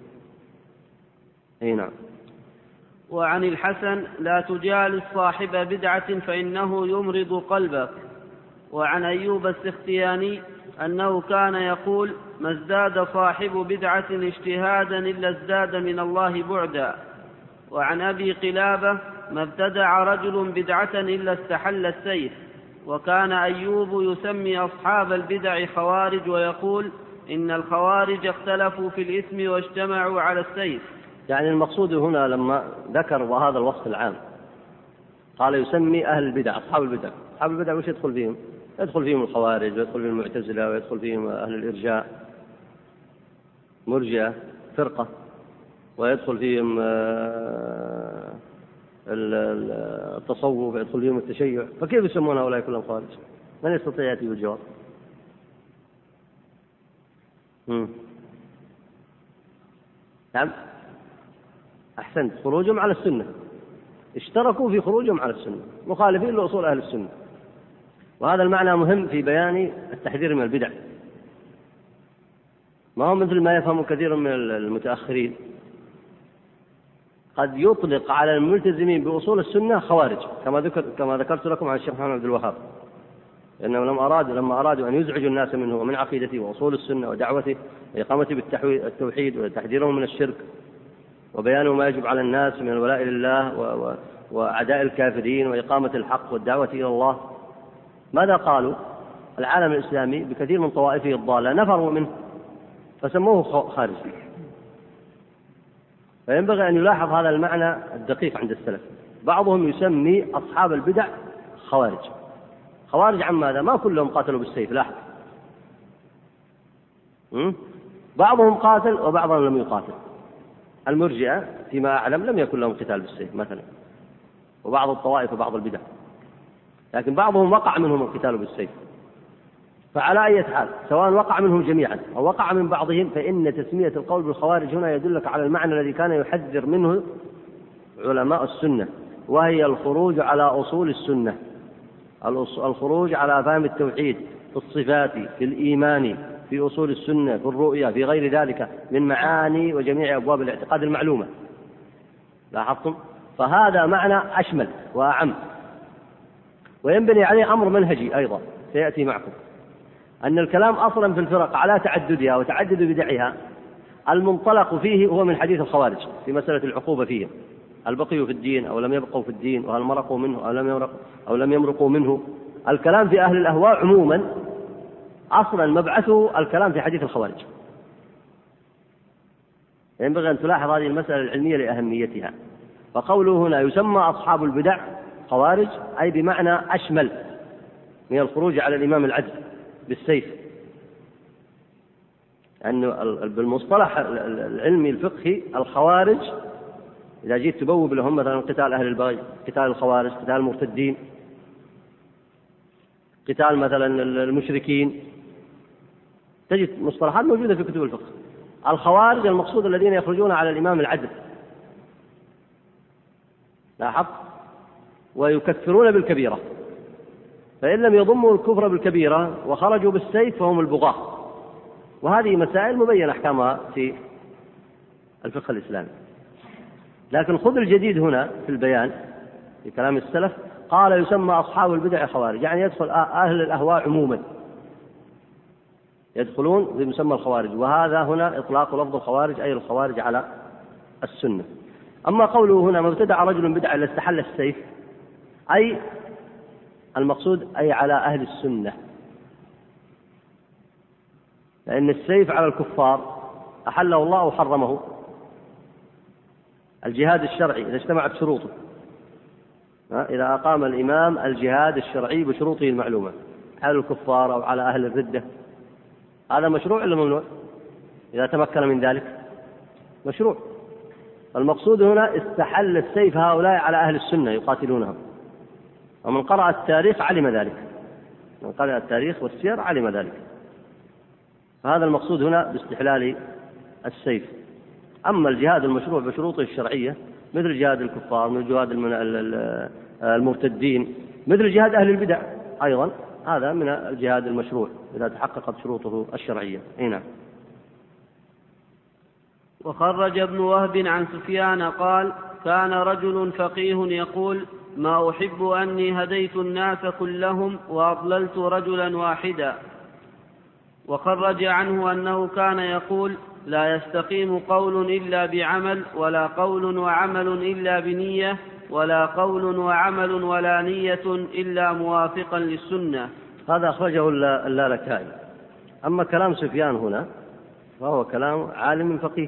أي نعم. وعن الحسن: لا تجالس صاحب بدعة فإنه يمرض قلبك. وعن أيوب السختياني أنه كان يقول: ما ازداد صاحب بدعة اجتهادا إلا ازداد من الله بعدا. وعن أبي قلابة: ما ابتدع رجل بدعة إلا استحل السيف. وكان أيوب يسمي أصحاب البدع خوارج ويقول: إن الخوارج اختلفوا في الإثم واجتمعوا على السيف. يعني المقصود هنا لما ذكر وهذا الوصف العام قال يسمي أهل البدع أصحاب البدع. أصحاب البدع وش يدخل فيهم؟ يدخل فيهم الخوارج ويدخل فيهم المعتزلة ويدخل فيهم أهل الإرجاء مرجئة فرقة، ويدخل فيهم التصوف ويدخل فيهم التشيع، فكيف يسمون هؤلاء كلهم خوارج؟ من يستطيع يأتي بالجواب؟ نعم أحسنت، خروجهم على السنة، اشتركوا في خروجهم على السنة، مخالفين لأصول أهل السنة. وهذا المعنى مهم في بيان التحذير من البدع، ما هو مثل ما يفهم كثير من المتأخرين، قد يطلق على الملتزمين بأصول السنة خوارج كما ذكر كما ذكرت لكم عن الشيخ محمد عبد الوهاب، لأنهم لما أرادوا لما أرادوا أن يزعجوا الناس منه ومن عقيدته وأصول السنة ودعوته وإقامته بالتوحيد وتحذيرهم من الشرك وبيان ما يجب على الناس من الولاء لله وأعداء الكافرين وإقامة الحق والدعوة إلى الله، ماذا قالوا؟ العالم الإسلامي بكثير من طوائفه الضالة نفروا منه فسموه خارج. فينبغي أن يلاحظ هذا المعنى الدقيق عند السلف. بعضهم يسمي أصحاب البدع خوارج. خوارج عن ماذا؟ ما كلهم قاتلوا بالسيف، لاحظ، بعضهم قاتل وبعضهم لم يقاتل. المرجئة فيما أعلم لم يكن لهم قتال بالسيف مثلا، وبعض الطوائف وبعض البدع، لكن بعضهم وقع منهم القتال بالسيف. فعلى أي حال سواء وقع منهم جميعا أو وقع من بعضهم، فإن تسمية القول بالخوارج هنا يدلك على المعنى الذي كان يحذر منه علماء السنة، وهي الخروج على أصول السنة، الخروج على فهم التوحيد في الصفات في الإيمان في أصول السنة في الرؤية في غير ذلك من معاني وجميع أبواب الاعتقاد المعلومة. لاحظتم؟ فهذا معنى أشمل وأعم، وينبني عليه أمر منهجي أيضا سيأتي معكم، أن الكلام أصلا في الفرق على تعددها وتعدد بدعها المنطلق فيه هو من حديث الخوارج في مسألة العقوبة فيه، هل بقيوا في الدين أو لم يبقوا في الدين، وهل مرقوا منه أو لم يمرقوا أو لم يمرقوا منه. الكلام في أهل الأهواء عموما أصلا مبعثه الكلام في حديث الخوارج. ينبغي أن تلاحظ هذه المسألة العلمية لأهميتها. فقوله هنا يسمى أصحاب البدع خوارج أي بمعنى أشمل من الخروج على الإمام العدل بالسيف، أنه بالمصطلح العلمي الفقهي الخوارج إذا جيت تبوب لهم مثلا قتال أهل البغي، قتال الخوارج، قتال المرتدين، قتال مثلا المشركين، تجد مصطلحات موجودة في كتب الفقه. الخوارج المقصود الذين يخرجون على الإمام العدل، لاحظ، ويكفرون بالكبيرة، فإن لم يضموا الكفر بالكبيرة وخرجوا بالسيف فهم البغاة. وهذه مسائل مبين أحكامها في الفقه الإسلامي. لكن خذ الجديد هنا في البيان في كلام السلف، قال يسمى أصحاب البدع خوارج، يعني يدخل أهل الأهواء عموما يدخلون في مسمى الخوارج. وهذا هنا إطلاق لفظ الخوارج أي الخوارج على السنة. أما قوله هنا ما ابتدع رجل بدعة إلا استحل السيف، أي المقصود أي على أهل السنة، لأن السيف على الكفار أحله الله وحرمه. الجهاد الشرعي إذا اجتمعت شروطه، إذا أقام الإمام الجهاد الشرعي بشروطه المعلومة على الكفار أو على أهل الردة، هذا مشروع ولا ممنوع؟ إذا تمكن من ذلك مشروع. المقصود هنا استحل السيف هؤلاء على أهل السنة يقاتلونهم، ومن قرأ التاريخ علم ذلك، من قرأ التاريخ والسير علم ذلك. فهذا المقصود هنا باستحلال السيف. أما الجهاد المشروع بشروطه الشرعية مثل جهاد الكفار، مثل جهاد المرتدين، مثل جهاد أهل البدع أيضا، هذا من الجهاد المشروع إذا تحققت شروطه الشرعية. هنا وخرج ابن وهب عن سفيان قال: كان رجل فقيه يقول: ما أحب أني هديت الناس كلهم وأضللت رجلا واحدا. وخرج عنه أنه كان يقول: لا يستقيم قول إلا بعمل، ولا قول وعمل إلا بنية، ولا قول وعمل ولا نية إلا موافقا للسنة. هذا أخرجه اللالكائي. أما كلام سفيان هنا فهو كلام عالم فقيه،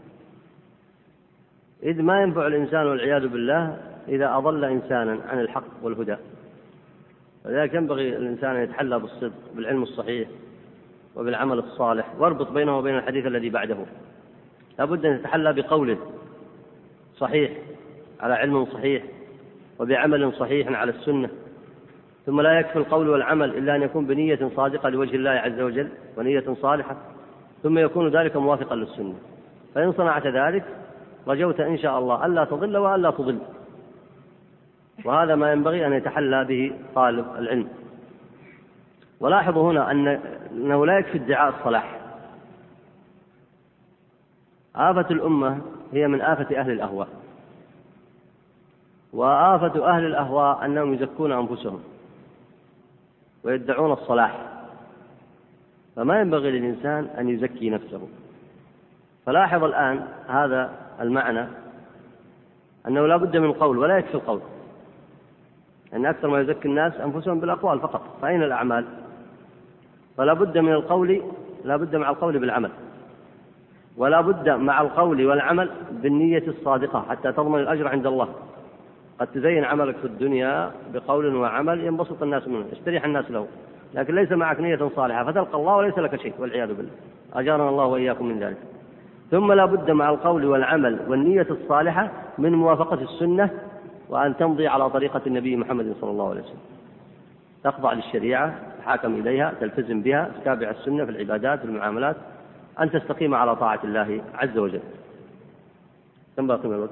إذ ما ينفع الإنسان والعياذ بالله إذا أضل إنسانا عن الحق والهدى. ولذلك ينبغي الإنسان أن يتحلى بالصدق بالعلم الصحيح وبالعمل الصالح، واربط بينه وبين الحديث الذي بعده. لابد أن يتحلى بقول صحيح على علم صحيح وبعمل صحيح على السنة. ثم لا يكفي القول والعمل إلا أن يكون بنية صادقة لوجه الله عز وجل ونية صالحة، ثم يكون ذلك موافقا للسنة. فإن صنعت ذلك رجوت إن شاء الله ألا تضل وألا تضل. وهذا ما ينبغي أن يتحلى به طالب العلم. ولاحظوا هنا أنه لا يكفي ادعاء الصلاح. آفة الأمة هي من آفة أهل الأهواء، وآفة أهل الأهواء أنهم يزكون أنفسهم ويدعون الصلاح، فما ينبغي للإنسان أن يزكي نفسه. فلاحظ الآن هذا المعنى أنه لا بد من قول ولا يكفي القول، أن أكثر ما يزكي الناس أنفسهم بالأقوال فقط، فأين الأعمال؟ فلا بد من القول، لا بد مع القول بالعمل، ولا بد مع القول والعمل بالنية الصادقة حتى تضمن الأجر عند الله. قد تزين عملك في الدنيا بقول وعمل ينبسط الناس منه، يستريح الناس له، لكن ليس معك نية صالحة فتلقى الله وليس لك شيء والعياذ بالله، أجارنا الله وإياكم من ذلك. ثم لا بد مع القول والعمل والنية الصالحة من موافقة السنة، وأن تمضي على طريقة النبي محمد صلى الله عليه وسلم، تخضع للشريعة، تحاكم إليها، تلتزم بها، تتابع السنة في العبادات والمعاملات، أن تستقيم على طاعة الله عز وجل. كم باقي من الوقت؟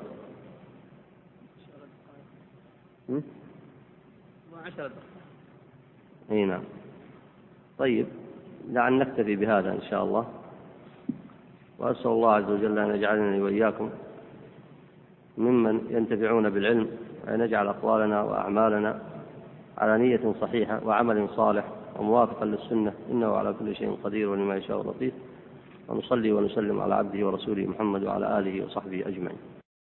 عشرة. اي نعم. طيب لعل نكتفي بهذا إن شاء الله، وأسأل الله عز وجل أن يجعلني وإياكم ممن ينتفعون بالعلم، وأن يجعل أقوالنا وأعمالنا على نية صحيحة وعمل صالح وموافقا للسنة، إنه على كل شيء قدير ولما يشاء لطيف. ونصلي ونسلم على عبده ورسوله محمد وعلى آله وصحبه أجمعين.